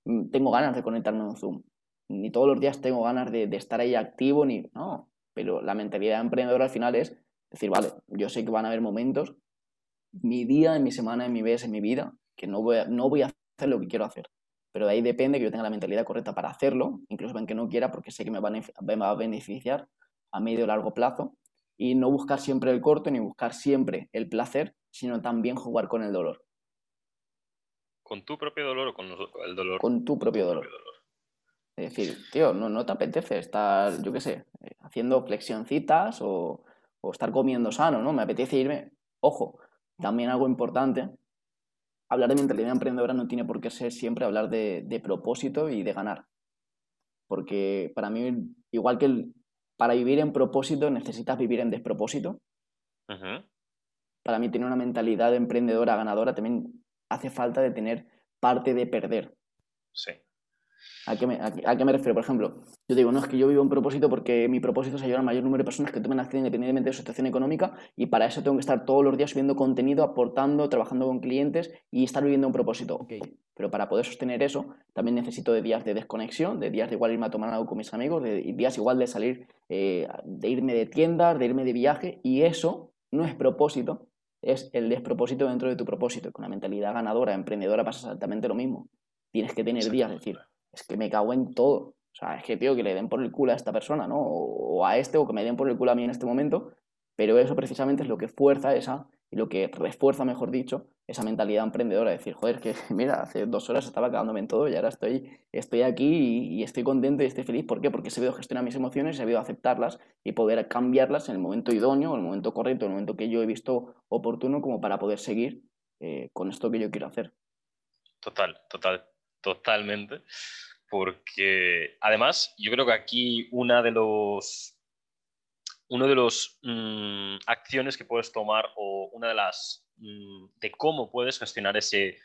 tengo ganas de conectarme en un Zoom, ni todos los días tengo ganas de, de estar ahí activo, ni no, pero la mentalidad emprendedora al final es decir, vale, yo sé que van a haber momentos, mi día, en mi semana, en mi mes, en mi vida, que no voy a, no voy a hacer lo que quiero hacer. Pero de ahí depende que yo tenga la mentalidad correcta para hacerlo, incluso aunque no quiera, porque sé que me va a, me va a beneficiar a medio o largo plazo. Y no buscar siempre el corto ni buscar siempre el placer, sino también jugar con el dolor. ¿Con tu propio dolor o con el dolor? Con tu Con propio tu dolor. propio dolor. Es decir, tío, no, no te apetece estar, yo qué sé, eh, haciendo flexioncitas o, o estar comiendo sano, ¿no? Me apetece irme. Ojo, también algo importante, hablar de mentalidad emprendedora no tiene por qué ser siempre hablar de, de propósito y de ganar. Porque para mí, igual que el, para vivir en propósito necesitas vivir en despropósito, Uh-huh. para mí tener una mentalidad emprendedora ganadora también hace falta de tener parte de perder. Sí. ¿A qué, me, a, a qué me refiero? Por ejemplo, yo digo, no, es que yo vivo en propósito porque mi propósito es ayudar al mayor número de personas que tomen acción independientemente de su situación económica y para eso tengo que estar todos los días subiendo contenido, aportando, trabajando con clientes y estar viviendo un propósito. Ok, pero para poder sostener eso también necesito de días de desconexión, de días de igual irme a tomar algo con mis amigos, de días igual de salir, eh, de irme de tiendas, de irme de viaje y eso no es propósito, es el despropósito dentro de tu propósito. Con una mentalidad ganadora, emprendedora pasa exactamente lo mismo. Tienes que tener días, es decir, es que me cago en todo. O sea, es que, tío, que le den por el culo a esta persona, ¿no? O, o a este, o que me den por el culo a mí en este momento. Pero eso precisamente es lo que fuerza esa, y lo que refuerza, mejor dicho, esa mentalidad emprendedora. Decir, joder, que mira, hace dos horas estaba cagándome en todo y ahora estoy, estoy aquí y, y estoy contento y estoy feliz. ¿Por qué? Porque he sabido gestionar mis emociones, he sabido aceptarlas y poder cambiarlas en el momento idóneo, en el momento correcto, en el momento que yo he visto oportuno como para poder seguir eh, con esto que yo quiero hacer. Total, total, totalmente. Porque además, yo creo que aquí una de los uno de los mmm, acciones que puedes tomar o una de las mmm, de cómo puedes gestionar ese,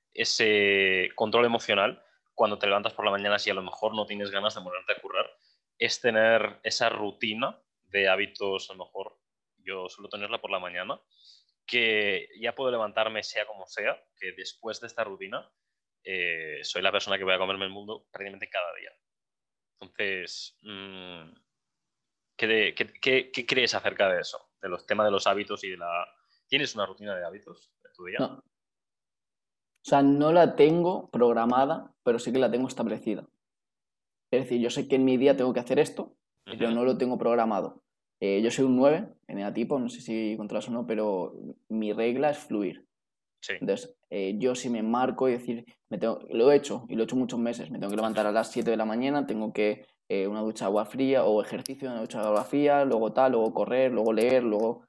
ese control emocional cuando te levantas por la mañana si a lo mejor no tienes ganas de ponerte a currar, es tener esa rutina de hábitos, a lo mejor yo suelo tenerla por la mañana, que ya puedo levantarme sea como sea, que después de esta rutina eh, soy la persona que voy a comerme el mundo prácticamente cada día. Entonces, mmm, ¿qué, de, qué, qué, ¿qué crees acerca de eso? De los temas de los hábitos y de la... ¿Tienes una rutina de hábitos en tu día? No, o sea, no la tengo programada, pero sí que la tengo establecida. Es decir, yo sé que en mi día tengo que hacer esto, pero Uh-huh. no lo tengo programado. Eh, yo soy un nueve en el tipo, no sé si controlas o no, pero mi regla es fluir. Sí. Entonces, eh, yo si me marco y decir, me tengo, lo he hecho y lo he hecho muchos meses, me tengo que levantar Uh-huh. a las siete de la mañana, tengo que eh, una ducha de agua fría o ejercicio, una ducha de agua fría, luego tal, luego correr, luego leer, luego...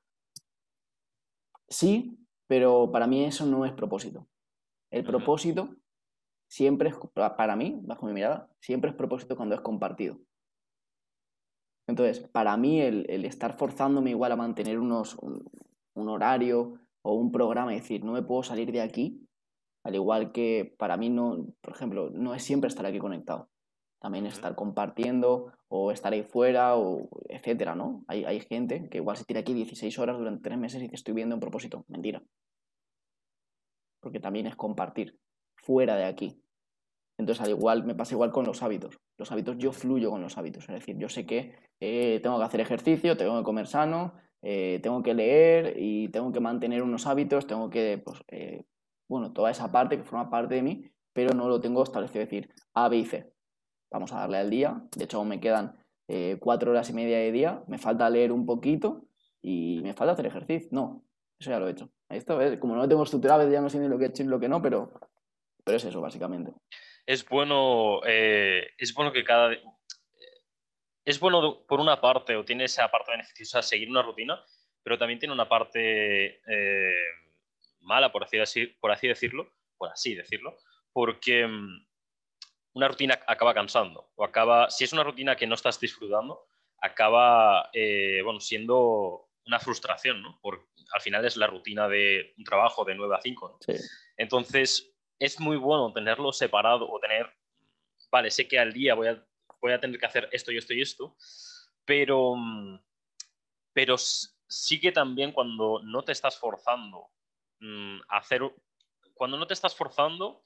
Sí, pero para mí eso no es propósito. El Uh-huh. propósito siempre es, para mí, bajo mi mirada, siempre es propósito cuando es compartido. Entonces, para mí el, el estar forzándome igual a mantener unos, un, un horario o un programa y decir, no me puedo salir de aquí, al igual que para mí no, por ejemplo, no es siempre estar aquí conectado. También Uh-huh. estar compartiendo o estar ahí fuera, o etcétera, ¿no? Hay, hay gente que igual se tira aquí dieciséis horas durante tres meses y dice, estoy viendo un propósito. Mentira. Porque también es compartir fuera de aquí. Entonces, al igual, me pasa igual con los hábitos. Los hábitos, yo fluyo con los hábitos. Es decir, yo sé que eh, tengo que hacer ejercicio, tengo que comer sano, eh, tengo que leer y tengo que mantener unos hábitos, tengo que, pues, eh, bueno, toda esa parte que forma parte de mí, pero no lo tengo establecido. Es decir, A, B y C. Vamos a darle al día. De hecho, aún me quedan eh, cuatro horas y media de día. Me falta leer un poquito y me falta hacer ejercicio. No, eso ya lo he hecho. Esto es, como no lo tengo estructurado, ya no sé ni lo que he hecho ni lo que no, pero, pero es eso, básicamente. Es bueno, eh, es bueno que cada... Es bueno por una parte, o tiene esa parte beneficiosa seguir una rutina, pero también tiene una parte eh, mala, por así, así, por así decirlo, por así decirlo, porque mm, una rutina acaba cansando, o acaba, si es una rutina que no estás disfrutando, acaba eh, bueno, siendo una frustración, ¿no? Porque al final es la rutina de un trabajo de nueve a cinco, ¿no? Sí. Entonces, es muy bueno tenerlo separado o tener, vale, sé que al día voy a, voy a tener que hacer esto y esto y esto, pero, pero sí que también cuando no te estás forzando mmm, a hacer, cuando no te estás forzando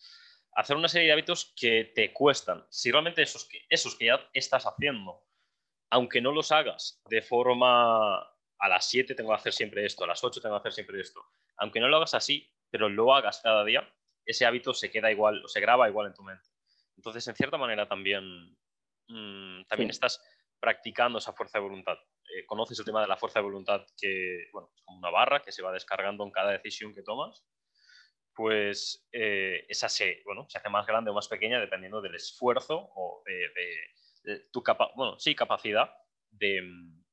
hacer una serie de hábitos que te cuestan. Si realmente esos que, esos que ya estás haciendo, aunque no los hagas de forma a las siete tengo que hacer siempre esto, a las ocho tengo que hacer siempre esto, aunque no lo hagas así, pero lo hagas cada día, ese hábito se queda igual o se graba igual en tu mente. Entonces, en cierta manera también, mmm, también Sí. estás practicando esa fuerza de voluntad. Eh, conoces el tema de la fuerza de voluntad, que bueno, es como una barra que se va descargando en cada decisión que tomas. Pues eh, esa se, bueno, se hace más grande o más pequeña dependiendo del esfuerzo o de, de, de tu capa bueno, sí, capacidad de,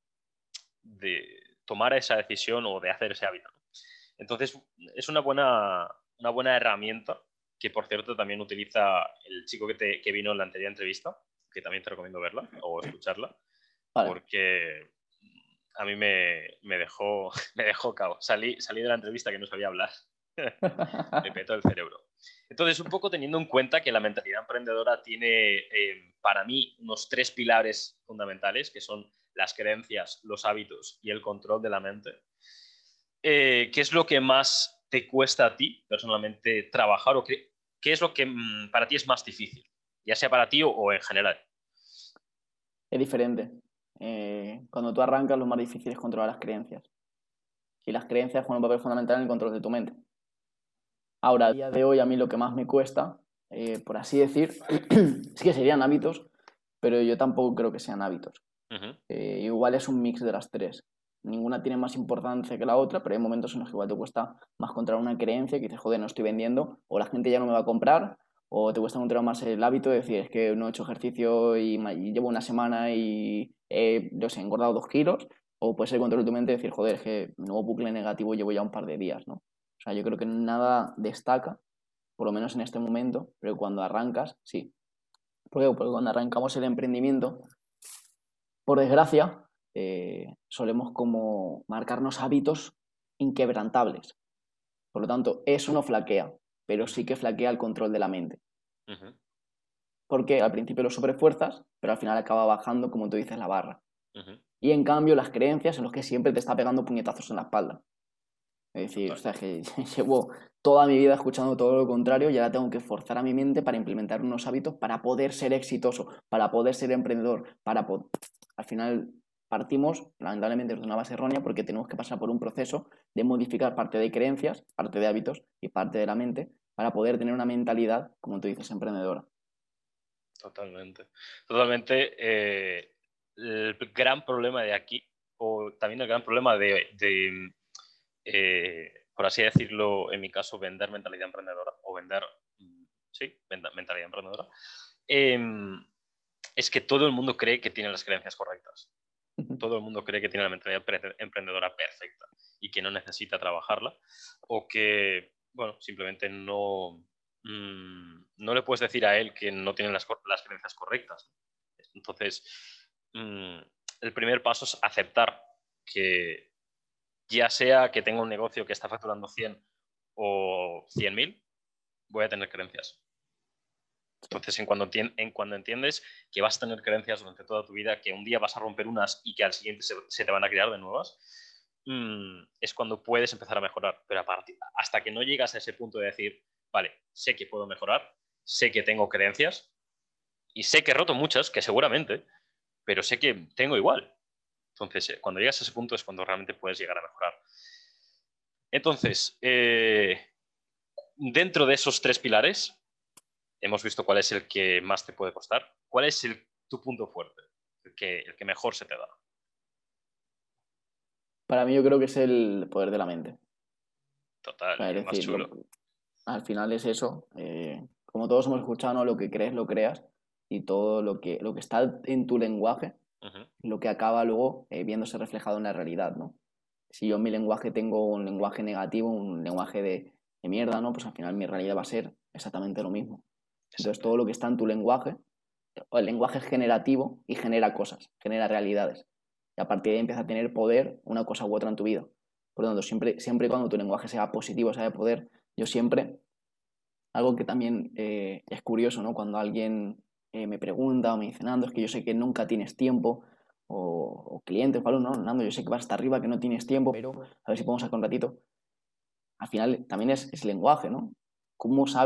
de, tomar esa decisión o de hacer ese hábito. Entonces, es una buena, una buena herramienta que, por cierto, también utiliza el chico que, te, que vino en la anterior entrevista, que también te recomiendo verla o escucharla, Vale. porque a mí me, me dejó me dejó cao. Salí, salí de la entrevista que no sabía hablar. Me petó el cerebro. Entonces, un poco teniendo en cuenta que la mentalidad emprendedora tiene, eh, para mí, unos tres pilares fundamentales, que son las creencias, los hábitos y el control de la mente. Eh, ¿Qué es lo que más te cuesta a ti, personalmente, trabajar? ¿O qué, qué es lo que mmm, para ti es más difícil? Ya sea para ti o, o en general. Es diferente. Eh, cuando tú arrancas, lo más difícil es controlar las creencias. Y las creencias juegan un papel fundamental en el control de tu mente. Ahora, a día de hoy, a mí lo que más me cuesta, eh, por así decir, sí que serían hábitos, pero yo tampoco creo que sean hábitos. Uh-huh. Eh, igual es un mix de las tres. Ninguna tiene más importancia que la otra, pero hay momentos en los que igual te cuesta más controlar una creencia que dices, joder, no estoy vendiendo, o la gente ya no me va a comprar, o te cuesta encontrar más el hábito de decir, es que no he hecho ejercicio y, y llevo una semana y he, yo sé, engordado dos kilos, o puede ser control de tu mente y decir, joder, es que nuevo bucle negativo llevo ya un par de días, ¿no? O sea, yo creo que nada destaca, por lo menos en este momento, pero cuando arrancas, sí. ¿Por qué? Porque cuando arrancamos el emprendimiento, por desgracia, eh, solemos como marcarnos hábitos inquebrantables. Por lo tanto, eso no flaquea, pero sí que flaquea el control de la mente. Uh-huh. Porque al principio lo sobrefuerzas, pero al final acaba bajando, como tú dices, la barra. Uh-huh. Y en cambio, las creencias son los que siempre te está pegando puñetazos en la espalda. Es decir, o sea, que llevo toda mi vida escuchando todo lo contrario y ahora tengo que forzar a mi mente para implementar unos hábitos para poder ser exitoso, para poder ser emprendedor, para poder... Al final partimos, lamentablemente, de una base errónea porque tenemos que pasar por un proceso de modificar parte de creencias, parte de hábitos y parte de la mente para poder tener una mentalidad, como tú dices, emprendedora. Totalmente. Totalmente. Eh, el gran problema de aquí, o también el gran problema de, de eh, por así decirlo, en mi caso, vender mentalidad emprendedora, o vender, sí, mentalidad emprendedora, eh, es que todo el mundo cree que tiene las creencias correctas. Todo el mundo cree que tiene la mentalidad emprendedora perfecta y que no necesita trabajarla, o que, bueno, simplemente no, mmm, no le puedes decir a él que no tiene las, las creencias correctas. Entonces, mmm, el primer paso es aceptar que, ya sea que tenga un negocio que está facturando cien o cien mil, voy a tener creencias. Entonces, en cuando, en cuando entiendes que vas a tener creencias durante toda tu vida, que un día vas a romper unas y que al siguiente se, se te van a crear de nuevas, mmm, es cuando puedes empezar a mejorar. Pero a partir, hasta que no llegas a ese punto de decir, vale, sé que puedo mejorar, sé que tengo creencias y sé que he roto muchas, que seguramente, pero sé que tengo igual. Entonces, cuando llegas a ese punto es cuando realmente puedes llegar a mejorar. Entonces, eh, dentro de esos tres pilares, hemos visto cuál es el que más te puede costar. ¿Cuál es el, tu punto fuerte? El que, el que mejor se te da. Para mí yo creo que es el poder de la mente. Total, O sea, y es el más decir, lo, chulo. al final es eso. Eh, como todos hemos escuchado, ¿no? Lo que crees, lo creas. Y todo lo que, lo que está en tu lenguaje, Uh-huh. lo que acaba luego eh, viéndose reflejado en la realidad, ¿no? Si yo en mi lenguaje tengo un lenguaje negativo, un lenguaje de, de mierda, ¿no? Pues al final mi realidad va a ser exactamente lo mismo. Entonces Exacto. todo lo que está en tu lenguaje, el lenguaje es generativo y genera cosas, genera realidades. Y a partir de ahí empieza a tener poder una cosa u otra en tu vida. Por lo tanto, siempre, siempre y cuando tu lenguaje sea positivo, sea de poder, yo siempre, algo que también eh, es curioso, ¿no? Cuando alguien eh, me pregunta o me dice, Nando, es que yo sé que nunca tienes tiempo, o, o clientes o algo, no, Nando, yo sé que vas hasta arriba, que no tienes tiempo, pero a ver si podemos sacar un ratito. Al final también es, es lenguaje, ¿no? ¿Cómo sabes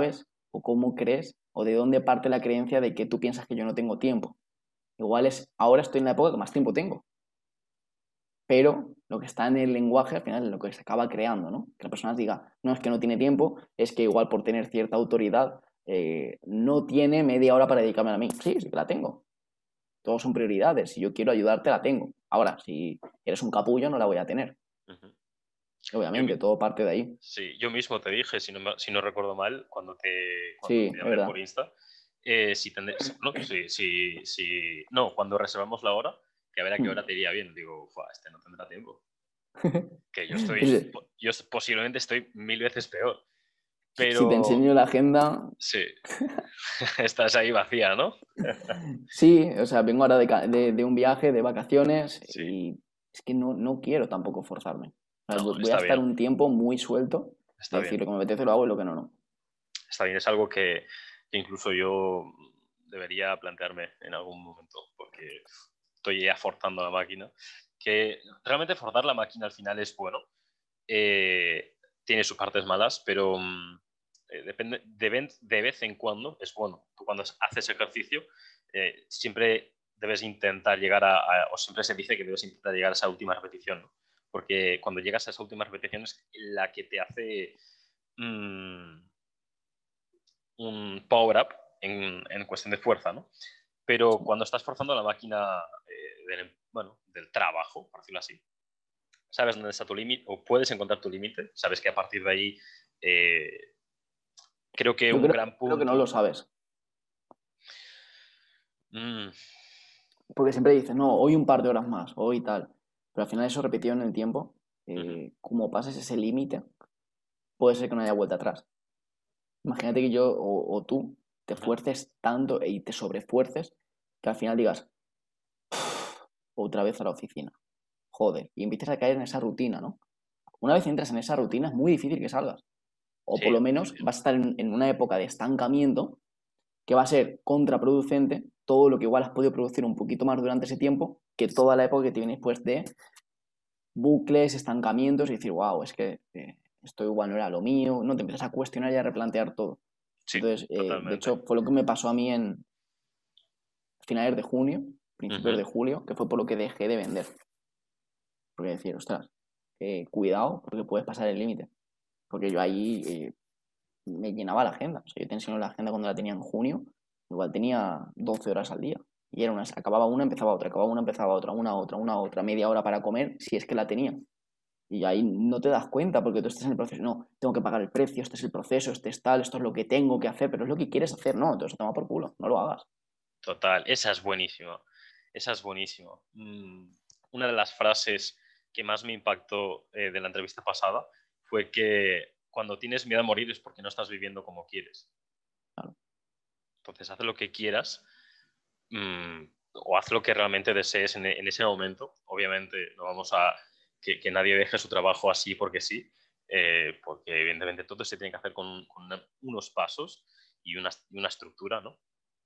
o cómo crees o de dónde parte la creencia de que tú piensas que yo no tengo tiempo. Igual es, ahora estoy en la época que más tiempo tengo, pero lo que está en el lenguaje al final es lo que se acaba creando, ¿no? Que la persona diga, no, es que no tiene tiempo, es que igual por tener cierta autoridad eh, no tiene media hora para dedicarme a mí. Sí, sí que la tengo. Todos son prioridades. Si yo quiero ayudarte, la tengo. Ahora, si eres un capullo, no la voy a tener. Ujú. Yo, Obviamente, mi- todo parte de ahí. sí, yo mismo te dije, si no, me- si no recuerdo mal, cuando te, cuando Sí, te es llamé verdad. por Insta, eh, si tendré- no, sí, sí, sí, no, cuando reservamos la hora, que a ver a qué hora te iría bien. Digo, "Fua, este no tendrá tiempo. Que yo estoy, Sí. po- yo s- posiblemente estoy mil veces peor. Si te Pero enseño la agenda, sí, estás ahí vacía, ¿no? sí, o sea, vengo ahora de, ca- de- de un viaje, de vacaciones, Sí, y es que no, no quiero tampoco forzarme. O sea, no, voy voy a está estar bien, un tiempo muy suelto de está decir bien. lo que me apetece lo hago y lo que no, no. Está bien, es algo que, que incluso yo debería plantearme en algún momento, porque estoy ya forzando la máquina. Que realmente forzar la máquina al final es bueno. Eh, tiene sus partes malas, pero mm, eh, depende, de, ven- de vez en cuando es bueno. Tú cuando haces ejercicio, eh, siempre debes intentar llegar a, a- o siempre se dice que debes intentar llegar a esa última repetición, ¿no? Porque cuando llegas a esa última repetición es la que te hace mm, un power-up en, en cuestión de fuerza, ¿no? Pero cuando estás forzando la máquina eh, del, bueno, del trabajo, por decirlo así, sabes dónde está tu límite o puedes encontrar tu límite, sabes que a partir de ahí eh, creo que Yo un creo, gran creo que no lo punto... sabes, Mm, porque siempre dices, no, hoy un par de horas más, hoy tal, pero al final eso repetido en el tiempo, ujú, eh, como pases ese límite, puede ser que no haya vuelta atrás. Imagínate que yo o, o tú te ujú. fuerces tanto y te sobrefuerces que al final digas, otra vez a la oficina, joder, y empiezas a caer en esa rutina, ¿no? Una vez entras en esa rutina es muy difícil que salgas. O por Sí, lo menos vas a estar en, en una época de estancamiento que va a ser contraproducente todo lo que igual has podido producir un poquito más durante ese tiempo que toda la época que te viene después de bucles, estancamientos y decir, wow, es que eh, esto igual no era lo mío, no te empiezas a cuestionar y a replantear todo. sí, Entonces, eh, de totalmente. hecho, fue lo que me pasó a mí en finales de junio, principios Ujú. de julio, que fue por lo que dejé de vender. Porque decir, ostras, eh, cuidado, porque puedes pasar el límite. Porque yo ahí eh, me llenaba la agenda. O sea, yo te enseño la agenda cuando la tenía en junio, igual tenía doce horas al día. Y era una, acababa una, empezaba otra, acababa una, empezaba otra, una, otra, una, otra, media hora para comer, si es que la tenía. Y ahí no te das cuenta porque tú estás en el proceso. No, tengo que pagar el precio, este es el proceso, este es tal, esto es lo que tengo que hacer, pero es lo que quieres hacer, no, entonces toma por culo, no lo hagas. Total, esa es buenísima. Esa es buenísima. Mm, una de las frases que más me impactó eh, de la entrevista pasada fue que cuando tienes miedo a morir es porque no estás viviendo como quieres. Claro. Entonces, haz lo que quieras mm, o haz lo que realmente desees en, en ese momento. Obviamente, no vamos a que, que nadie deje su trabajo así porque sí, eh, porque evidentemente todo se tiene que hacer con, con unos pasos y una, y una estructura, ¿no?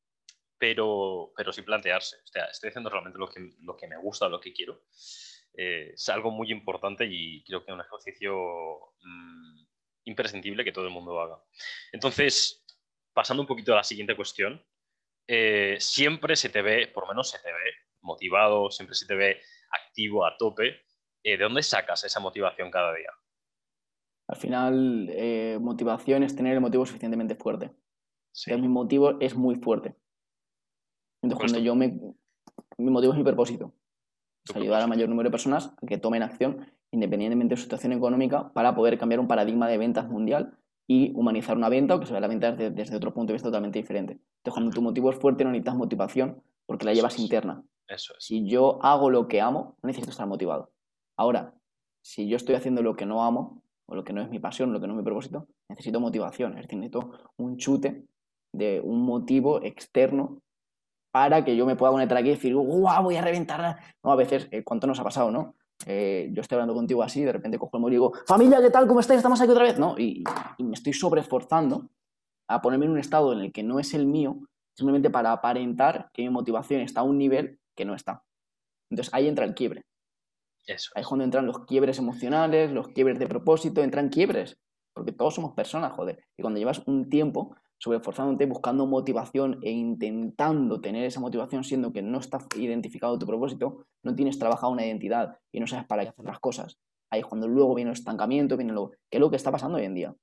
pero, pero sí plantearse. O sea, estoy haciendo realmente lo que, lo que me gusta, lo que quiero. Eh, es algo muy importante y creo que es un ejercicio mmm, imprescindible que todo el mundo haga. Entonces, pasando un poquito a la siguiente cuestión, eh, siempre se te ve, por lo menos se te ve motivado, siempre se te ve activo, a tope. Eh, ¿De dónde sacas esa motivación cada día? Al final, eh, motivación es tener el motivo suficientemente fuerte. Sí. Entonces, mi motivo es muy fuerte. Entonces, ¿Cuál es cuando tu, yo me... Mi motivo es mi propósito. tu Es ayudar al propósito? mayor número de personas a que tomen acción independientemente de su situación económica para poder cambiar un paradigma de ventas mundial y humanizar una venta o que se vea la venta desde, desde otro punto de vista totalmente diferente. Entonces, cuando Ujú. tu motivo es fuerte, no necesitas motivación porque la Eso llevas es. interna. Eso es. Si yo hago lo que amo, no necesito estar motivado. Ahora, si yo estoy haciendo lo que no amo, o lo que no es mi pasión, lo que no es mi propósito, necesito motivación. Es decir, necesito un chute de un motivo externo para que yo me pueda conectar aquí y decir, ¡guau! Voy a reventar. No, a veces, eh, ¿cuánto nos ha pasado, no? Eh, yo estoy hablando contigo así, de repente cojo el móvil y digo, familia, ¿qué tal? ¿Cómo estáis? ¿Estamos aquí otra vez? No, y, y me estoy sobreesforzando a ponerme en un estado en el que no es el mío, simplemente para aparentar que mi motivación está a un nivel que no está. Entonces ahí entra el quiebre. Eso Ahí es es. cuando entran los quiebres emocionales, los quiebres de propósito, entran quiebres. Porque todos somos personas, joder. Y cuando llevas un tiempo sobreesforzándote, buscando motivación e intentando tener esa motivación, siendo que no está identificado tu propósito, no tienes trabajado una identidad y no sabes para qué hacer las cosas. Ahí es cuando luego viene el estancamiento, viene lo que es lo que está pasando hoy en día.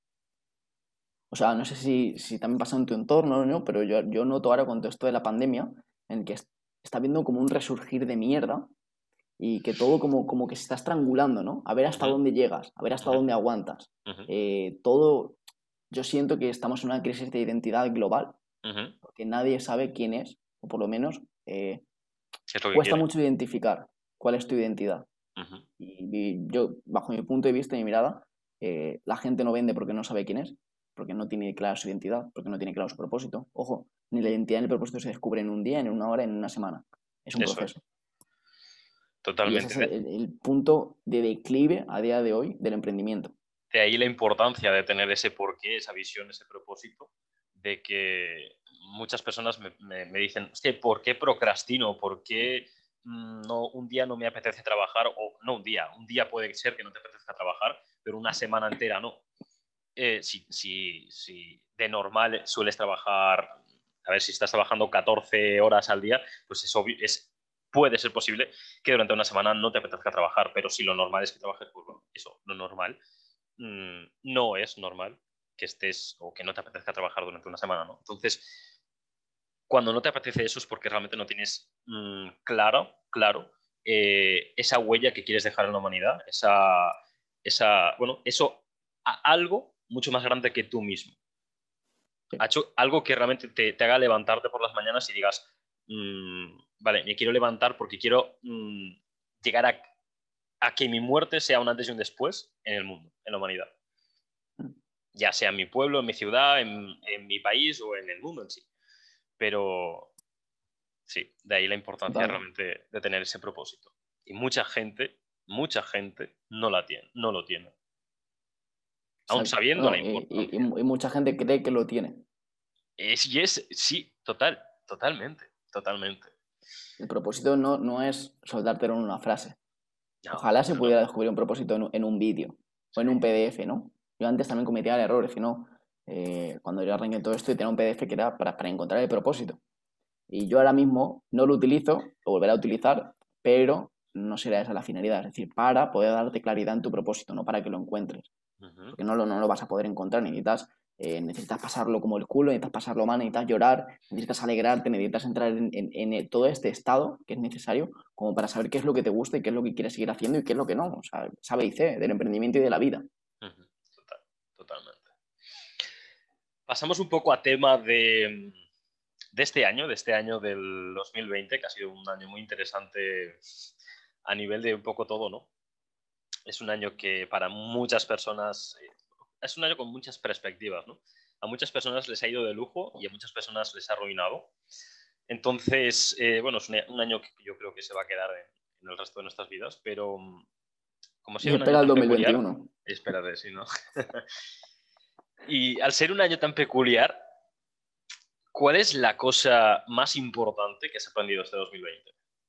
O sea, no sé si, si también pasa en tu entorno o no, pero yo, yo noto ahora con todo esto de la pandemia, en que está viendo como un resurgir de mierda y que todo como, como que se está estrangulando, ¿no? A ver hasta Ujú, dónde llegas, a ver hasta ujú, dónde aguantas. ujú, Eh, todo, yo siento que estamos en una crisis de identidad global, ujú. porque nadie sabe quién es, o por lo menos eh, ¿Qué es lo que cuesta quiere? mucho identificar cuál es tu identidad. Ujú. Y, y yo, bajo mi punto de vista y mi mirada, eh, la gente no vende porque no sabe quién es, porque no tiene clara su identidad, porque no tiene claro su propósito. Ojo, ni la identidad ni el propósito se descubre en un día, en una hora, en una semana. Es un Eso es, proceso. Y ese totalmente. es De, el, el punto de declive a día de hoy del emprendimiento. de ahí la importancia de tener ese porqué, esa visión, ese propósito, de que muchas personas me, me- me dicen, hostia, ¿por qué procrastino? ¿Por qué mm, no, un día no me apetece trabajar? O no un día, un día puede ser que no te apetezca trabajar, pero una semana entera no. Eh, si, si, si de normal sueles trabajar, a ver, si estás trabajando catorce horas al día, pues es obvio, es, puede ser posible que durante una semana no te apetezca trabajar, pero si lo normal es que trabajes, pues bueno, eso, lo normal, mmm, no es normal que estés o que no te apetezca trabajar durante una semana, ¿no? Entonces, cuando no te apetece eso es porque realmente no tienes mmm, claro, claro, eh, esa huella que quieres dejar en la humanidad, esa, esa bueno, eso, a, algo mucho más grande que tú mismo. Sí. Ha hecho algo que realmente te, te haga levantarte por las mañanas y digas, mmm, vale, me quiero levantar porque quiero mmm, llegar a, a que mi muerte sea un antes y un después en el mundo, en la humanidad. Ya sea en mi pueblo, en mi ciudad, en, en mi país o en el mundo en sí. Pero sí, de ahí la importancia Total. realmente de tener ese propósito. Y mucha gente, mucha gente no la tiene, no lo tiene. Aún Exacto. sabiendo la No, y, y- y importancia. mucha gente cree que lo tiene. Es, y es, sí, total, totalmente, totalmente. El propósito no, no es soltártelo en una frase. No, Ojalá se no, no. pudiera descubrir un propósito en, un- en un vídeo o Sí. en un P D F, ¿no? Yo antes también cometía el error, si no, eh, cuando yo arranqué todo esto y tenía un P D F que era para, para encontrar el propósito. Y yo ahora mismo no lo utilizo, lo volveré a utilizar, pero no será esa la finalidad. Es decir, para poder darte claridad en tu propósito, no para que lo encuentres. Ujú, Porque no lo, no lo vas a poder encontrar. Necesitas, eh, necesitas pasarlo como el culo, necesitas pasarlo mal, necesitas llorar, necesitas alegrarte, necesitas entrar en, en, en el- todo este estado que es necesario como para saber qué es lo que te gusta y qué es lo que quieres seguir haciendo y qué es lo que no. O sea, sabe y C del emprendimiento y de la vida. ujú, total, totalmente. Pasamos un poco a tema de, de este año, de este año del dos mil veinte, que ha sido un año muy interesante a nivel de un poco todo, ¿no? Es un año que para muchas personas, eh, es un año con muchas perspectivas, ¿no? A muchas personas les ha ido de lujo y a muchas personas les ha arruinado. Entonces, eh, bueno, es un, un año que yo creo que se va a quedar en, en el resto de nuestras vidas, pero mm, como ha Y sido un año espera el tan dos mil peculiar, veintiuno espérate, si no. Y al ser un año tan peculiar, ¿cuál es la cosa más importante que has aprendido este dos mil veinte?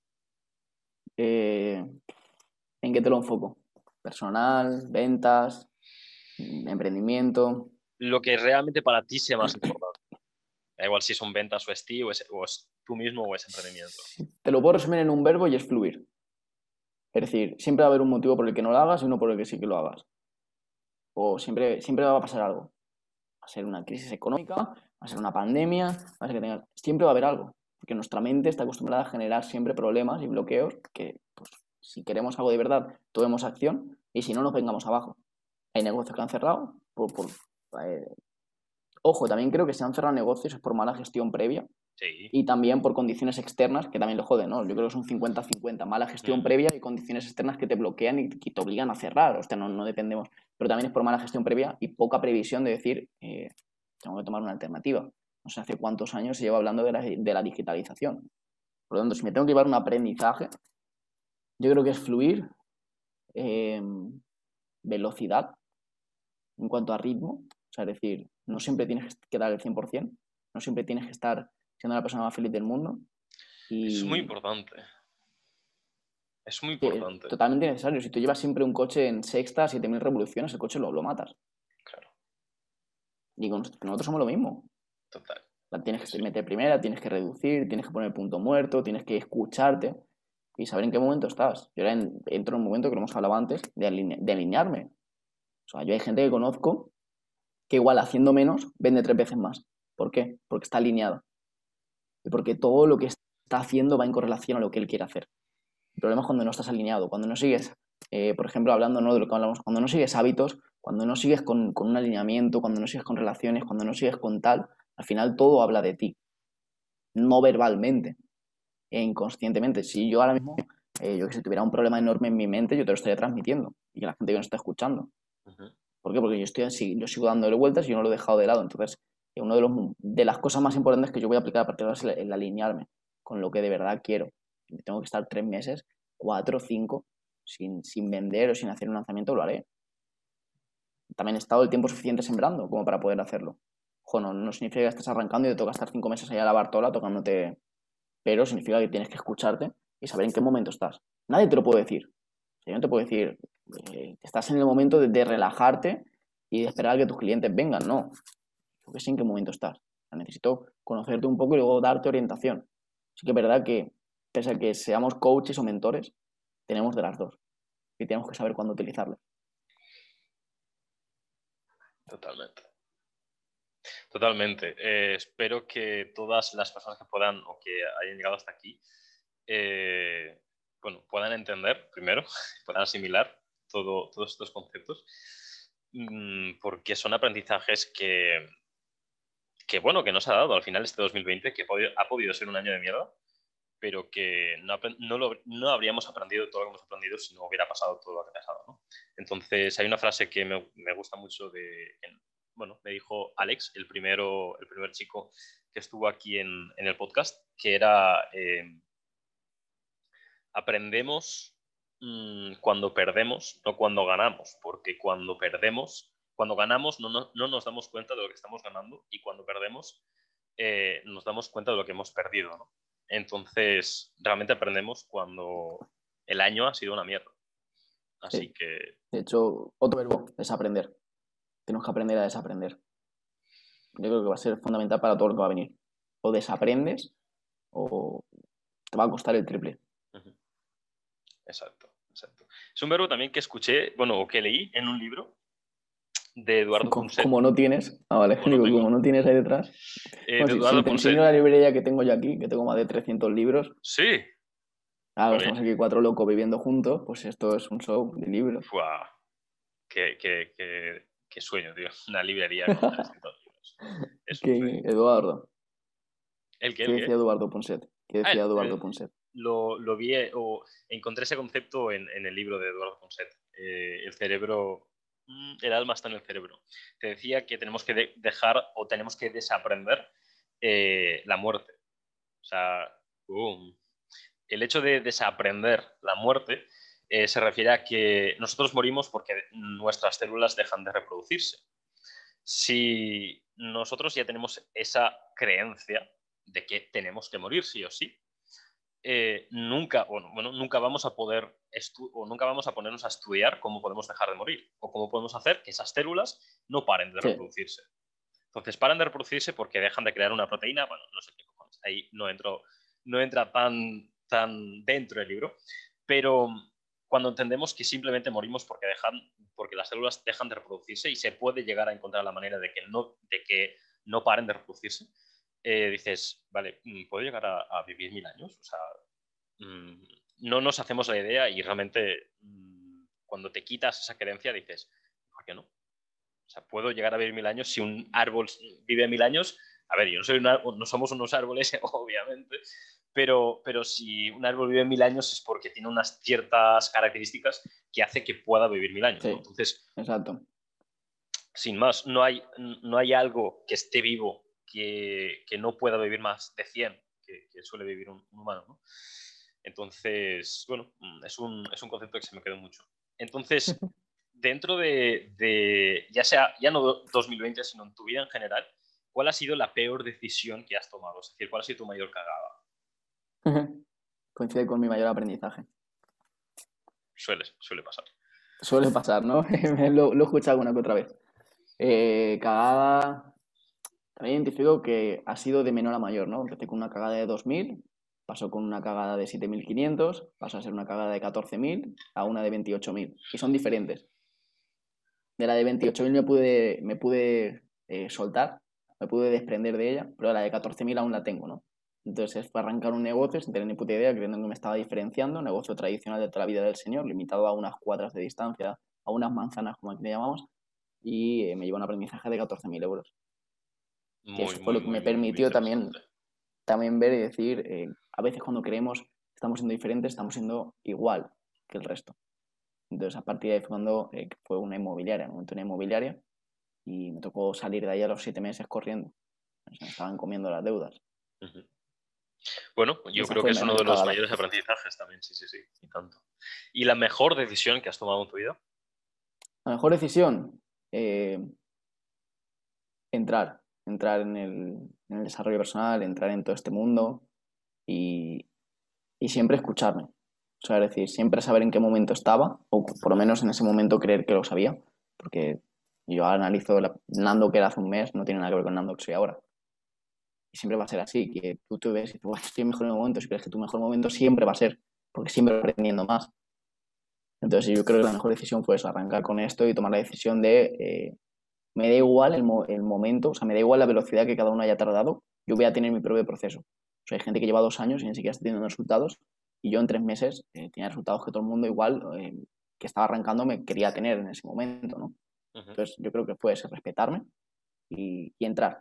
Eh, ¿En qué te lo enfoco? Personal, ventas, emprendimiento. Lo que realmente para ti sea más importante. Da igual si son ventas o es ti, o es, o es tú mismo o es emprendimiento. Te lo puedo resumir en un verbo y es fluir. Es decir, siempre va a haber un motivo por el que no lo hagas y uno por el que sí que lo hagas. O siempre, siempre va a pasar algo. Va a ser una crisis económica, va a ser una pandemia, va a ser que tenga... siempre va a haber algo. Porque nuestra mente está acostumbrada a generar siempre problemas y bloqueos que, pues, si queremos algo de verdad, tomemos acción y si no, nos vengamos abajo. Hay negocios que han cerrado por... por eh... Ojo, también creo que se han cerrado negocios por mala gestión previa Sí. y también por condiciones externas que también lo joden, ¿no? Yo creo que es un cincuenta cincuenta, mala gestión Ujú. previa y condiciones externas que te bloquean y que te obligan a cerrar, o sea, no, no dependemos, pero también es por mala gestión previa y poca previsión de decir, eh, tengo que tomar una alternativa. No sé hace cuántos años se lleva hablando de la, de la digitalización. Por lo tanto, si me tengo que llevar un aprendizaje, yo creo que es fluir, eh, velocidad en cuanto a ritmo, o sea, es decir, no siempre tienes que dar el cien por ciento, no siempre tienes que estar siendo la persona más feliz del mundo Eso es muy y importante. Es muy que es importante. totalmente necesario. Si tú llevas siempre un coche en sexta a siete mil revoluciones, el coche lo, lo matas. Claro. Y con nosotros, nosotros somos lo mismo. Total. La tienes que Sí. meter primera, tienes que reducir, tienes que poner punto muerto, tienes que escucharte y saber en qué momento estás. Yo ahora en- entro en un momento que lo hemos hablado antes de, aline- de alinearme. O sea, yo hay gente que conozco que igual haciendo menos vende tres veces más. ¿Por qué? Porque está alineado. Y porque todo lo que está haciendo va en correlación a lo que él quiere hacer. El problema es cuando no estás alineado, cuando no sigues, eh, por ejemplo, hablando, ¿no?, de lo que hablamos, cuando no sigues hábitos, cuando no sigues con, con un alineamiento, cuando no sigues con relaciones, cuando no sigues con tal, al final todo habla de ti, no verbalmente e inconscientemente. Si yo ahora mismo, eh, yo que si tuviera un problema enorme en mi mente, yo te lo estaría transmitiendo y que la gente que nos está escuchando. Uh-huh. ¿Por qué? Porque yo, estoy, yo sigo dándole vueltas y yo no lo he dejado de lado. Entonces, eh, una de, los, de las cosas más importantes que yo voy a aplicar a partir de ahora es el, el alinearme con lo que de verdad quiero. Tengo que estar tres meses, cuatro, cinco, sin, sin vender o sin hacer un lanzamiento, lo haré. También he estado el tiempo suficiente sembrando como para poder hacerlo. Ojo, no, no significa que estés arrancando y te toca estar cinco meses allá a la Bartola tocándote, pero significa que tienes que escucharte y saber en qué momento estás. Nadie te lo puede decir. Yo no te puedo decir, eh, estás en el momento de, de relajarte y de esperar a que tus clientes vengan, no. Yo que sé en qué momento estás. O sea, necesito conocerte un poco y luego darte orientación. Sí que es verdad que, pese a que seamos coaches o mentores, tenemos de las dos y tenemos que saber cuándo utilizarlas. Totalmente. Totalmente. Eh, espero que todas las personas que puedan o que hayan llegado hasta aquí eh, bueno, puedan entender primero, puedan asimilar todo, todos estos conceptos, mmm, porque son aprendizajes que, que, bueno, que nos ha dado al final este dos mil veinte, que ha podido ser un año de mierda, pero que no, no, lo, no habríamos aprendido todo lo que hemos aprendido si no hubiera pasado todo lo que ha pasado, ¿no? Entonces, hay una frase que me, me gusta mucho de... En, bueno, me dijo Alex, el, primero, el primer chico que estuvo aquí en, en el podcast, que era... Eh, aprendemos mmm, cuando perdemos, no cuando ganamos, porque cuando perdemos, cuando ganamos no, no, no nos damos cuenta de lo que estamos ganando y cuando perdemos eh, nos damos cuenta de lo que hemos perdido, ¿no? Entonces, realmente aprendemos cuando el año ha sido una mierda. Así Sí. que... De hecho, otro verbo, desaprender. Tenemos que aprender a desaprender. Yo creo que va a ser fundamental para todo lo que va a venir. O desaprendes o te va a costar el triple. Uh-huh. Exacto, exacto. Es un verbo también que escuché, bueno, o que leí en un libro de Eduardo Como, Punset. como no tienes, ah, vale, Como no digo, tengo. como no tienes ahí detrás. Eh, Bueno, de si, si Eduardo te Punset. enseño la librería que tengo yo aquí, que tengo más de trescientos libros. Sí. Claro, Bueno, estamos aquí cuatro locos viviendo juntos, pues esto es un show de libros. ¡Fua! Qué, qué, qué, qué sueño, tío. Una librería con trescientos libros. Es un sueño. Que Eduardo. ¿El qué? ¿Qué ¿El decía qué? Eduardo Ponset? ¿Qué Ah, decía eh, Eduardo Ponset? lo, lo vi eh, o encontré ese concepto en, en el libro de Eduardo Ponset. Eh, el cerebro, mm, el alma está en el cerebro. Te decía que tenemos que de- dejar o tenemos que desaprender eh, la muerte. O sea, boom. El hecho de desaprender la muerte eh, se refiere a que nosotros morimos porque nuestras células dejan de reproducirse. Si nosotros ya tenemos esa creencia de que tenemos que morir sí o sí, eh, nunca, bueno, bueno, nunca vamos a poder o nunca vamos a ponernos a estudiar cómo podemos dejar de morir o cómo podemos hacer que esas células no paren de Sí. reproducirse. Entonces, paran de reproducirse porque dejan de crear una proteína, bueno, no sé qué cojones, ahí no, entro, no entra tan, tan dentro del libro, pero cuando entendemos que simplemente morimos porque, dejan, porque las células dejan de reproducirse y se puede llegar a encontrar la manera de que no, de que no paren de reproducirse, eh, dices, vale, ¿puedo llegar a, a vivir mil años? O sea, mmm, no nos hacemos la idea y realmente mmm, cuando te quitas esa creencia dices, ¿por qué no? O sea, puedo llegar a vivir mil años si un árbol vive mil años. A ver, yo no, soy un árbol, no somos unos árboles, obviamente, pero, pero si un árbol vive mil años es porque tiene unas ciertas características que hace que pueda vivir mil años, Sí, ¿no? Entonces, exacto. sin más, no hay, no hay algo que esté vivo que, que no pueda vivir más de cien que, que suele vivir un, un humano, ¿no? Entonces, bueno, es un, es un concepto que se me quedó mucho. Entonces, dentro de, de, ya sea, ya no dos mil veinte, sino en tu vida en general, ¿cuál ha sido la peor decisión que has tomado? Es decir, ¿cuál ha sido tu mayor cagada? Coincide con mi mayor aprendizaje. Suele, suele pasar. Suele pasar, ¿no? lo, lo he escuchado alguna que otra vez. Eh, cagada... también identifico que ha sido de menor a mayor, ¿no? Empecé con una cagada de dos mil, pasó con una cagada de siete mil quinientos, pasó a ser una cagada de catorce mil a una de veintiocho mil. Y son diferentes. De la de veintiocho mil me pude, me pude eh, soltar, me pude desprender de ella, pero la de catorce mil aún la tengo, ¿no? Entonces fue arrancar un negocio sin tener ni puta idea, creyendo que me estaba diferenciando, un negocio tradicional de toda la vida del señor, limitado a unas cuadras de distancia, a unas manzanas, como aquí le llamamos, y eh, me llevó un aprendizaje de catorce mil euros. Que Muy, eso fue muy, lo que me muy, muy, muy permitió también, interesante. también ver y decir, eh, a veces cuando creemos que estamos siendo diferentes, estamos siendo igual que el resto. Entonces, a partir de ahí fue cuando eh, fue una inmobiliaria, me monté una inmobiliaria y me tocó salir de ahí a los siete meses corriendo. Se me estaban comiendo las deudas. Uh-huh. Bueno, Y yo esa creo fue que mi es uno mayor de los cagada. mayores aprendizajes también, sí, sí, sí, y tanto. ¿Y la mejor decisión que has tomado en tu vida? La mejor decisión, eh, entrar, entrar en el, en el desarrollo personal, entrar en todo este mundo y, y siempre escucharme. O sea, es decir, siempre saber en qué momento estaba, o por lo menos en ese momento creer que lo sabía, porque yo analizo la Nando que era hace un mes, no tiene nada que ver con Nando que soy ahora. Y siempre va a ser así, que tú te ves y tú, estoy en mejor momento, si crees que tu mejor momento siempre va a ser, porque siempre aprendiendo más. Entonces yo creo que la mejor decisión fue eso, arrancar con esto y tomar la decisión de, eh, me da igual el, mo el, momento, o sea, me da igual la velocidad que cada uno haya tardado, yo voy a tener mi propio proceso. O sea, hay gente que lleva dos años y ni siquiera está teniendo resultados, y yo en tres meses eh, tenía resultados que todo el mundo igual, eh, que estaba arrancando, me quería tener en ese momento, ¿no? Uh-huh. Entonces yo creo que fue ese, respetarme y, y entrar.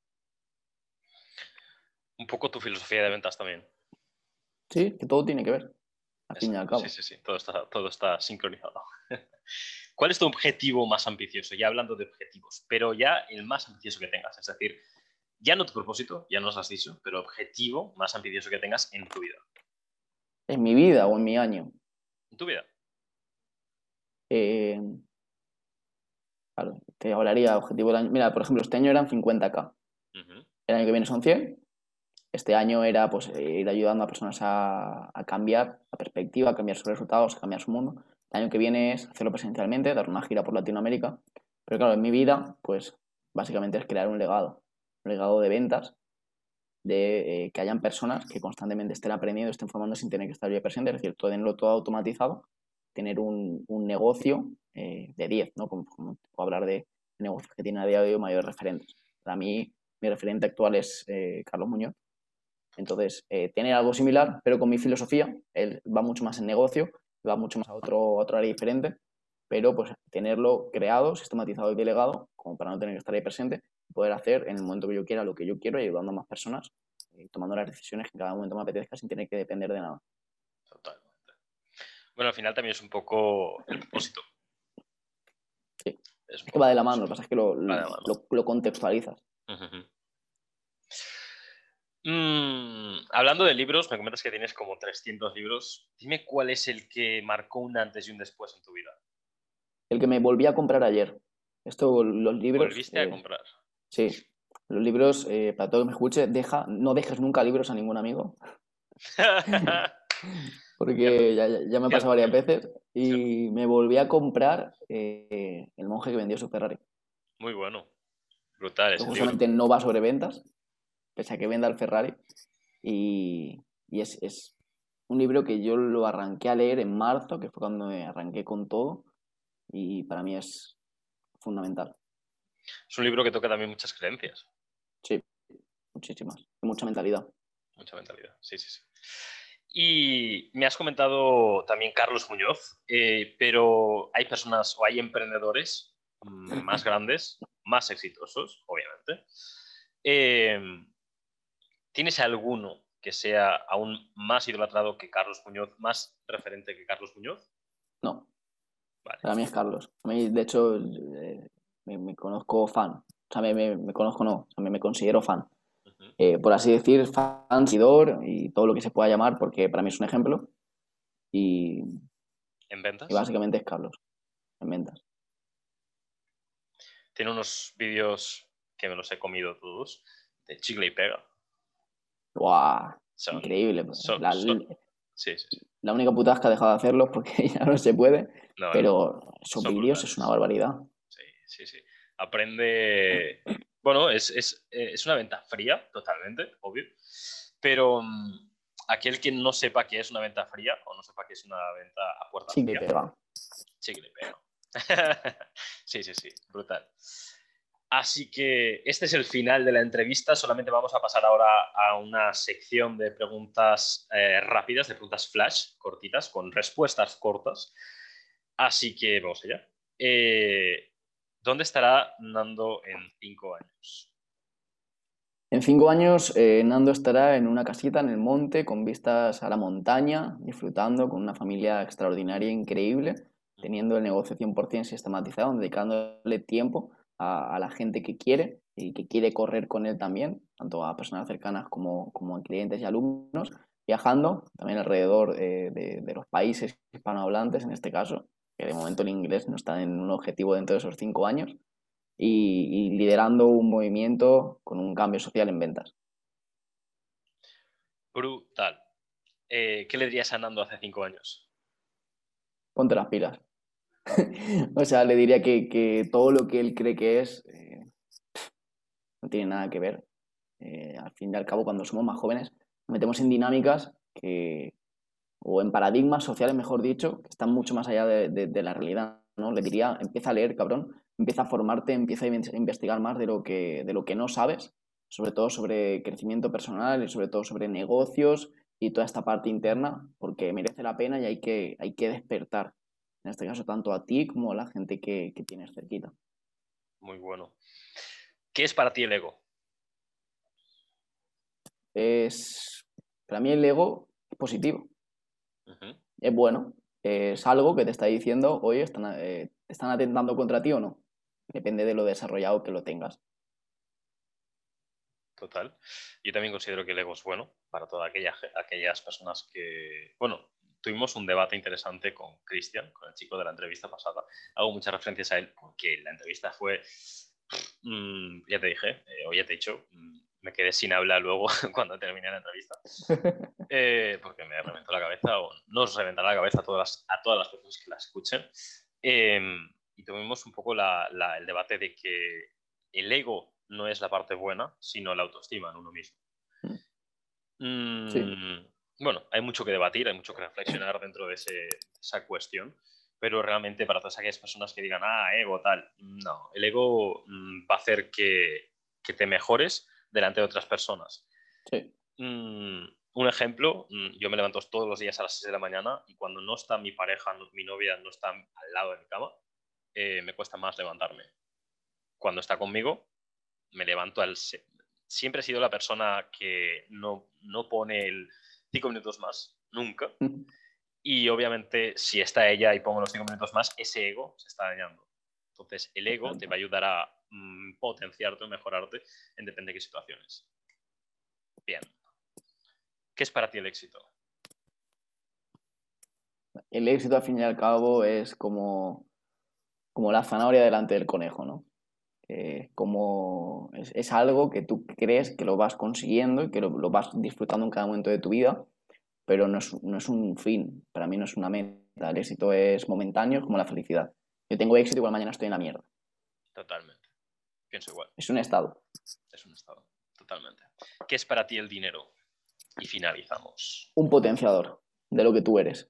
Un poco tu filosofía de ventas también. Sí, que todo tiene que ver, al fin y al Exacto, sí, cabo. sí, sí, todo está, todo está sincronizado. ¿Cuál es tu objetivo más ambicioso? Ya hablando de objetivos, pero ya el más ambicioso que tengas, es decir, ya no tu propósito, ya nos has dicho, pero objetivo más ambicioso que tengas en tu vida. En mi vida o en mi año. En tu vida. Eh, claro, te hablaría objetivo del año. Mira, por ejemplo, este año eran cincuenta K. Uh-huh. El año que viene son cien. Este año era pues ir ayudando a personas a, a cambiar la perspectiva, a cambiar sus resultados, a cambiar su mundo. El año que viene es hacerlo presencialmente, dar una gira por Latinoamérica. Pero claro, en mi vida, pues básicamente es crear un legado. Un legado de ventas, de eh, que hayan personas que constantemente estén aprendiendo, estén formando sin tener que estar yo presente. Es decir, tenerlo todo automatizado, tener un, un negocio eh, de diez, ¿no? Como, como puedo hablar de negocios que tienen a día de hoy mayores referentes. Para mí, mi referente actual es eh, Carlos Muñoz. Entonces, eh, tener algo similar, pero con mi filosofía, él va mucho más en negocio, va mucho más a otro, a otro área diferente, pero pues tenerlo creado, sistematizado y delegado, como para no tener que estar ahí presente, poder hacer en el momento que yo quiera lo que yo quiero y ayudando a más personas, eh, tomando las decisiones que en cada momento me apetezca sin tener que depender de nada. Totalmente. Bueno, al final también es un poco el propósito. Sí. Es, un Es que va poco de el la mano, lo que propósito. pasa es que lo, Va de la mano. lo, lo contextualizas. Uh-huh. Mm, hablando de libros, me comentas que tienes como trescientos libros. Dime cuál es el que marcó un antes y un después en tu vida. El que me volví a comprar ayer. Esto, los libros, Volviste a eh, comprar. sí, los libros, eh, para todo el que me escuche, deja, no dejes nunca libros a ningún amigo, Cierto, porque ya, ya me ha pasado cierto, varias cierto, veces cierto. y me volví a comprar eh, El monje que vendió su Ferrari, Muy bueno. Brutal que ese libro. justamente no va sobre ventas, pese a que venda el Ferrari, y, y es, es un libro que yo lo arranqué a leer en marzo, que fue cuando me arranqué con todo, y para mí es fundamental. Es un libro que toca también muchas creencias. Sí, muchísimas, y mucha mentalidad. Mucha mentalidad, sí, sí, sí. Y me has comentado también Carlos Muñoz, eh, pero hay personas o hay emprendedores más grandes, más exitosos, obviamente. Eh, ¿Tienes alguno que sea aún más idolatrado que Carlos Muñoz, más referente que Carlos Muñoz? No, Vale. para mí es Carlos. A mí, de hecho, eh, me, me, conozco fan. O sea, me, me, me conozco, no, o sea, me, me considero fan. Uh-huh. Eh, por así decir, fan, seguidor y todo lo que se pueda llamar, porque para mí es un ejemplo. Y, ¿En y ventas? básicamente es Carlos, en ventas. Tiene unos vídeos que me los he comido todos, de chicle y pega. ¡Guau! Son, Increíble. son, La, son, sí, sí, sí. la única putada es que ha dejado de hacerlos porque ya no se puede, No, no, pero esos son vídeos es una brutales. barbaridad. Sí, sí, sí. Aprende, Bueno, es, es, eh, es una venta fría, totalmente, obvio, pero mm, aquel que no sepa qué es una venta fría o no sepa qué es una venta a puerta Sí que fría, pega. sí que le pega. Sí, sí, sí, brutal. Así que este es el final de la entrevista. Solamente vamos a pasar ahora a una sección de preguntas eh, rápidas, de preguntas flash, cortitas, con respuestas cortas. Así que vamos allá. Eh, ¿Dónde estará Nando en cinco años? En cinco años, eh, Nando estará en una casita en el monte con vistas a la montaña, disfrutando con una familia extraordinaria, increíble, teniendo el negocio cien por ciento sistematizado, dedicándole tiempo a, a la gente que quiere y que quiere correr con él también, tanto a personas cercanas como, como a clientes y alumnos, viajando también alrededor eh, de, de los países hispanohablantes, en este caso, que de momento el inglés no está en un objetivo dentro de esos cinco años y, y liderando un movimiento con un cambio social en ventas. Brutal. Eh, ¿Qué le dirías a Nando hace cinco años? Ponte las pilas. O sea, le diría que, que todo lo que él cree que es eh, no tiene nada que ver. Eh, al fin y al cabo, cuando somos más jóvenes, nos metemos en dinámicas que, o en paradigmas sociales, mejor dicho, que están mucho más allá de, de, de la realidad, ¿no? Le diría, empieza a leer, cabrón, empieza a formarte, empieza a investigar más de lo que, de lo que no sabes, sobre todo sobre crecimiento personal y sobre todo sobre negocios y toda esta parte interna, porque merece la pena y hay que, hay que despertar, en este caso, tanto a ti como a la gente que, que tienes cerquita. Muy bueno. ¿Qué es para ti el ego? Es, para mí el ego es positivo, Uh-huh. es bueno, es algo que te está diciendo, oye, están, eh, están atentando contra ti o no. Depende de lo desarrollado que lo tengas. Total. Yo también considero que el ego es bueno para todas aquella, aquellas personas que... Bueno, tuvimos un debate interesante con Cristian, con el chico de la entrevista pasada. Hago muchas referencias a él porque la entrevista fue... Mmm, ya te dije, eh, o ya te he dicho, mmm, me quedé sin hablar luego cuando terminé la entrevista. Eh, porque me reventó la cabeza, o nos reventará la cabeza a todas las, a todas las personas que la escuchen. Eh, y tuvimos un poco la, la, el debate de que el ego no es la parte buena, sino la autoestima en uno mismo. Sí. Mm, bueno, hay mucho que debatir, hay mucho que reflexionar dentro de ese, esa cuestión, pero realmente para todas aquellas personas que digan, ah, ego, tal, no, el ego mm, va a hacer que, que te mejores delante de otras personas. Sí. Mm, un ejemplo, mm, yo me levanto todos los días a las seis de la mañana y cuando no está mi pareja, no, mi novia, no está al lado de mi cama, eh, me cuesta más levantarme. Cuando está conmigo, me levanto al... Se Siempre he sido la persona que no, no pone el cinco minutos más, nunca. Y obviamente, si está ella y pongo los cinco minutos más, ese ego se está dañando. Entonces, el ego te va a ayudar a mm, potenciarte o mejorarte en depende de qué situaciones. Bien. ¿Qué es para ti el éxito? El éxito, al fin y al cabo, es como, como la zanahoria delante del conejo, ¿no? Eh, como es, es, algo que tú crees que lo vas consiguiendo y que lo, lo, vas disfrutando en cada momento de tu vida, pero no es, no es un fin, para mí no es una meta. El éxito es momentáneo, como la felicidad. Yo tengo éxito, igual mañana estoy en la mierda. Totalmente. Pienso igual. Es un estado. Es un estado. Totalmente. ¿Qué es para ti el dinero? Y finalizamos. Un potenciador de lo que tú eres.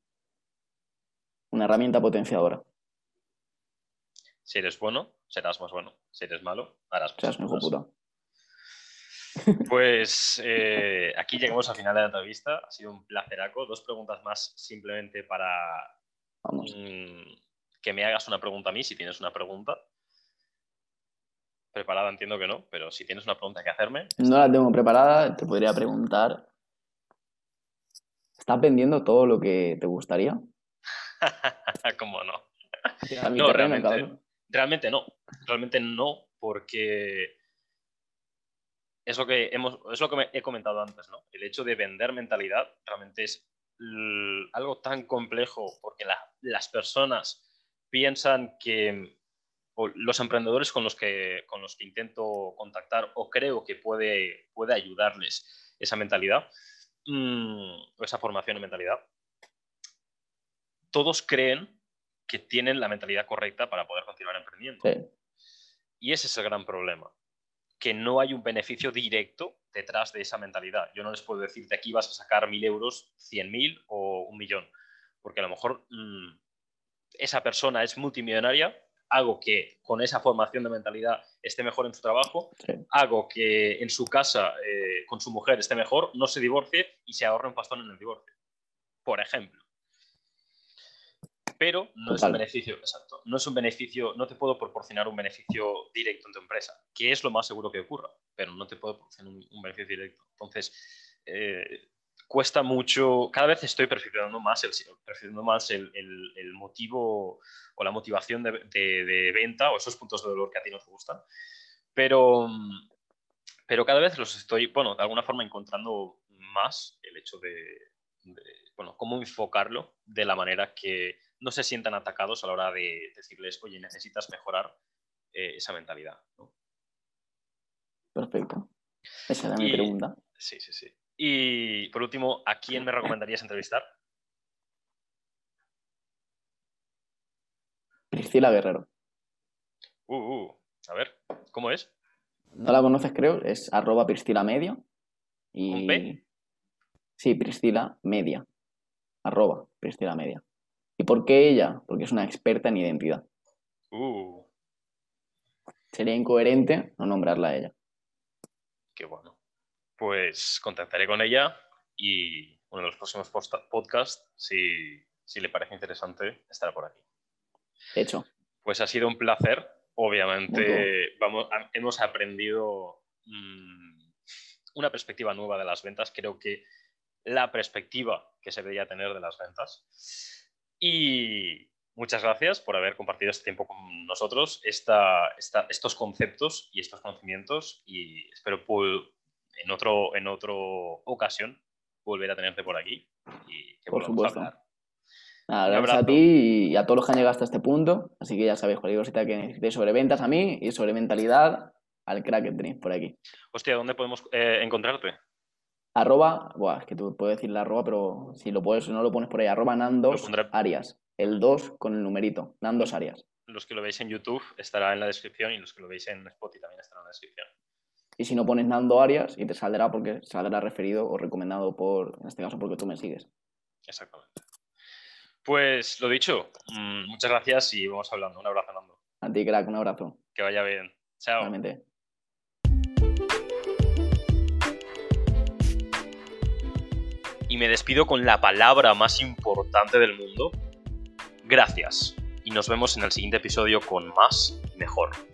Una herramienta potenciadora. Si eres bueno, serás más bueno. Si eres malo, harás O sea, cosas es un hijo malas. puta. Pues eh, aquí llegamos al final de la entrevista. Ha sido un placeraco. Dos preguntas más simplemente para mmm, que me hagas una pregunta a mí, si tienes una pregunta. Preparada entiendo que no, pero si tienes una pregunta que hacerme... No la tengo preparada, te podría preguntar. ¿Estás vendiendo todo lo que te gustaría? ¿Cómo no? A mi No, terreno, realmente, cabrón. realmente no. Realmente no, porque es lo que hemos, es lo que me he comentado antes, ¿no? El hecho de vender mentalidad realmente es l- algo tan complejo porque la, las personas piensan que o los emprendedores con los que con los que intento contactar o creo que puede, puede ayudarles esa mentalidad mmm, o esa formación en mentalidad, todos creen que tienen la mentalidad correcta para poder continuar emprendiendo. Sí. Y ese es el gran problema. que no hay un beneficio directo detrás de esa mentalidad. Yo no les puedo decir de aquí vas a sacar mil euros, cien mil o un millón, porque a lo mejor mmm, esa persona es multimillonaria, hago que con esa formación de mentalidad esté mejor en su trabajo, Sí. hago que en su casa eh, con su mujer esté mejor, no se divorcie y se ahorre un pastón en el divorcio, por ejemplo. Pero no Total. es un beneficio, exacto, no es un beneficio, no te puedo proporcionar un beneficio directo en tu empresa, que es lo más seguro que ocurra, pero no te puedo proporcionar un, un beneficio directo. Entonces, eh, cuesta mucho, cada vez estoy perfeccionando más el, perfeccionando más el, el, el motivo o la motivación de, de, de venta o esos puntos de dolor que a ti nos gustan, pero, pero cada vez los estoy, bueno, de alguna forma encontrando más el hecho de, de bueno, cómo enfocarlo de la manera que no se sientan atacados a la hora de decirles, oye, necesitas mejorar eh, esa mentalidad, ¿no? Perfecto. Esa era y, mi pregunta. Sí, sí, sí. Y por último, ¿a quién me recomendarías entrevistar? Priscila Guerrero. Uh, uh, a ver, ¿cómo es? No la conoces, creo, es arroba Priscila Media. Y... ¿Con P? Sí, Priscila Media. Arroba Priscila Media. ¿Y por qué ella? Porque es una experta en identidad. Uh. Sería incoherente no nombrarla a ella. Qué bueno. Pues contactaré con ella y uno de los próximos podcasts, si, si le parece interesante, estará por aquí. Hecho. Pues ha sido un placer. Obviamente vamos, hemos aprendido mmm, una perspectiva nueva de las ventas. Creo que la perspectiva que se debería tener de las ventas. Y muchas gracias por haber compartido este tiempo con nosotros, esta, esta, estos conceptos y estos conocimientos, y espero en otro, en otra ocasión volver a tenerte por aquí y que por volvamos supuesto. a hablar. Nada, gracias a ti y a todos los que han llegado hasta este punto. Así que ya sabéis, cualquier cosita que necesitéis sobre ventas a mí y sobre mentalidad, al crack que tenéis por aquí. Hostia, ¿dónde podemos eh, encontrarte? Arroba, buah, es que tú puedes decir la arroba, pero si lo puedes, no lo pones por ahí, arroba Nandos pondré... Arias. El dos con el numerito, Nandos Arias. Los que lo veis en YouTube estará en la descripción y los que lo veis en Spotify también estará en la descripción. Y si no pones Nando Arias, y te saldrá porque saldrá referido o recomendado por, en este caso, porque tú me sigues. Exactamente. Pues lo dicho, mmm, muchas gracias y vamos hablando. Un abrazo, Nando. A ti, crack, un abrazo. Que vaya bien. Chao. Realmente. Y me despido con la palabra más importante del mundo. Gracias. Y nos vemos en el siguiente episodio con más y mejor.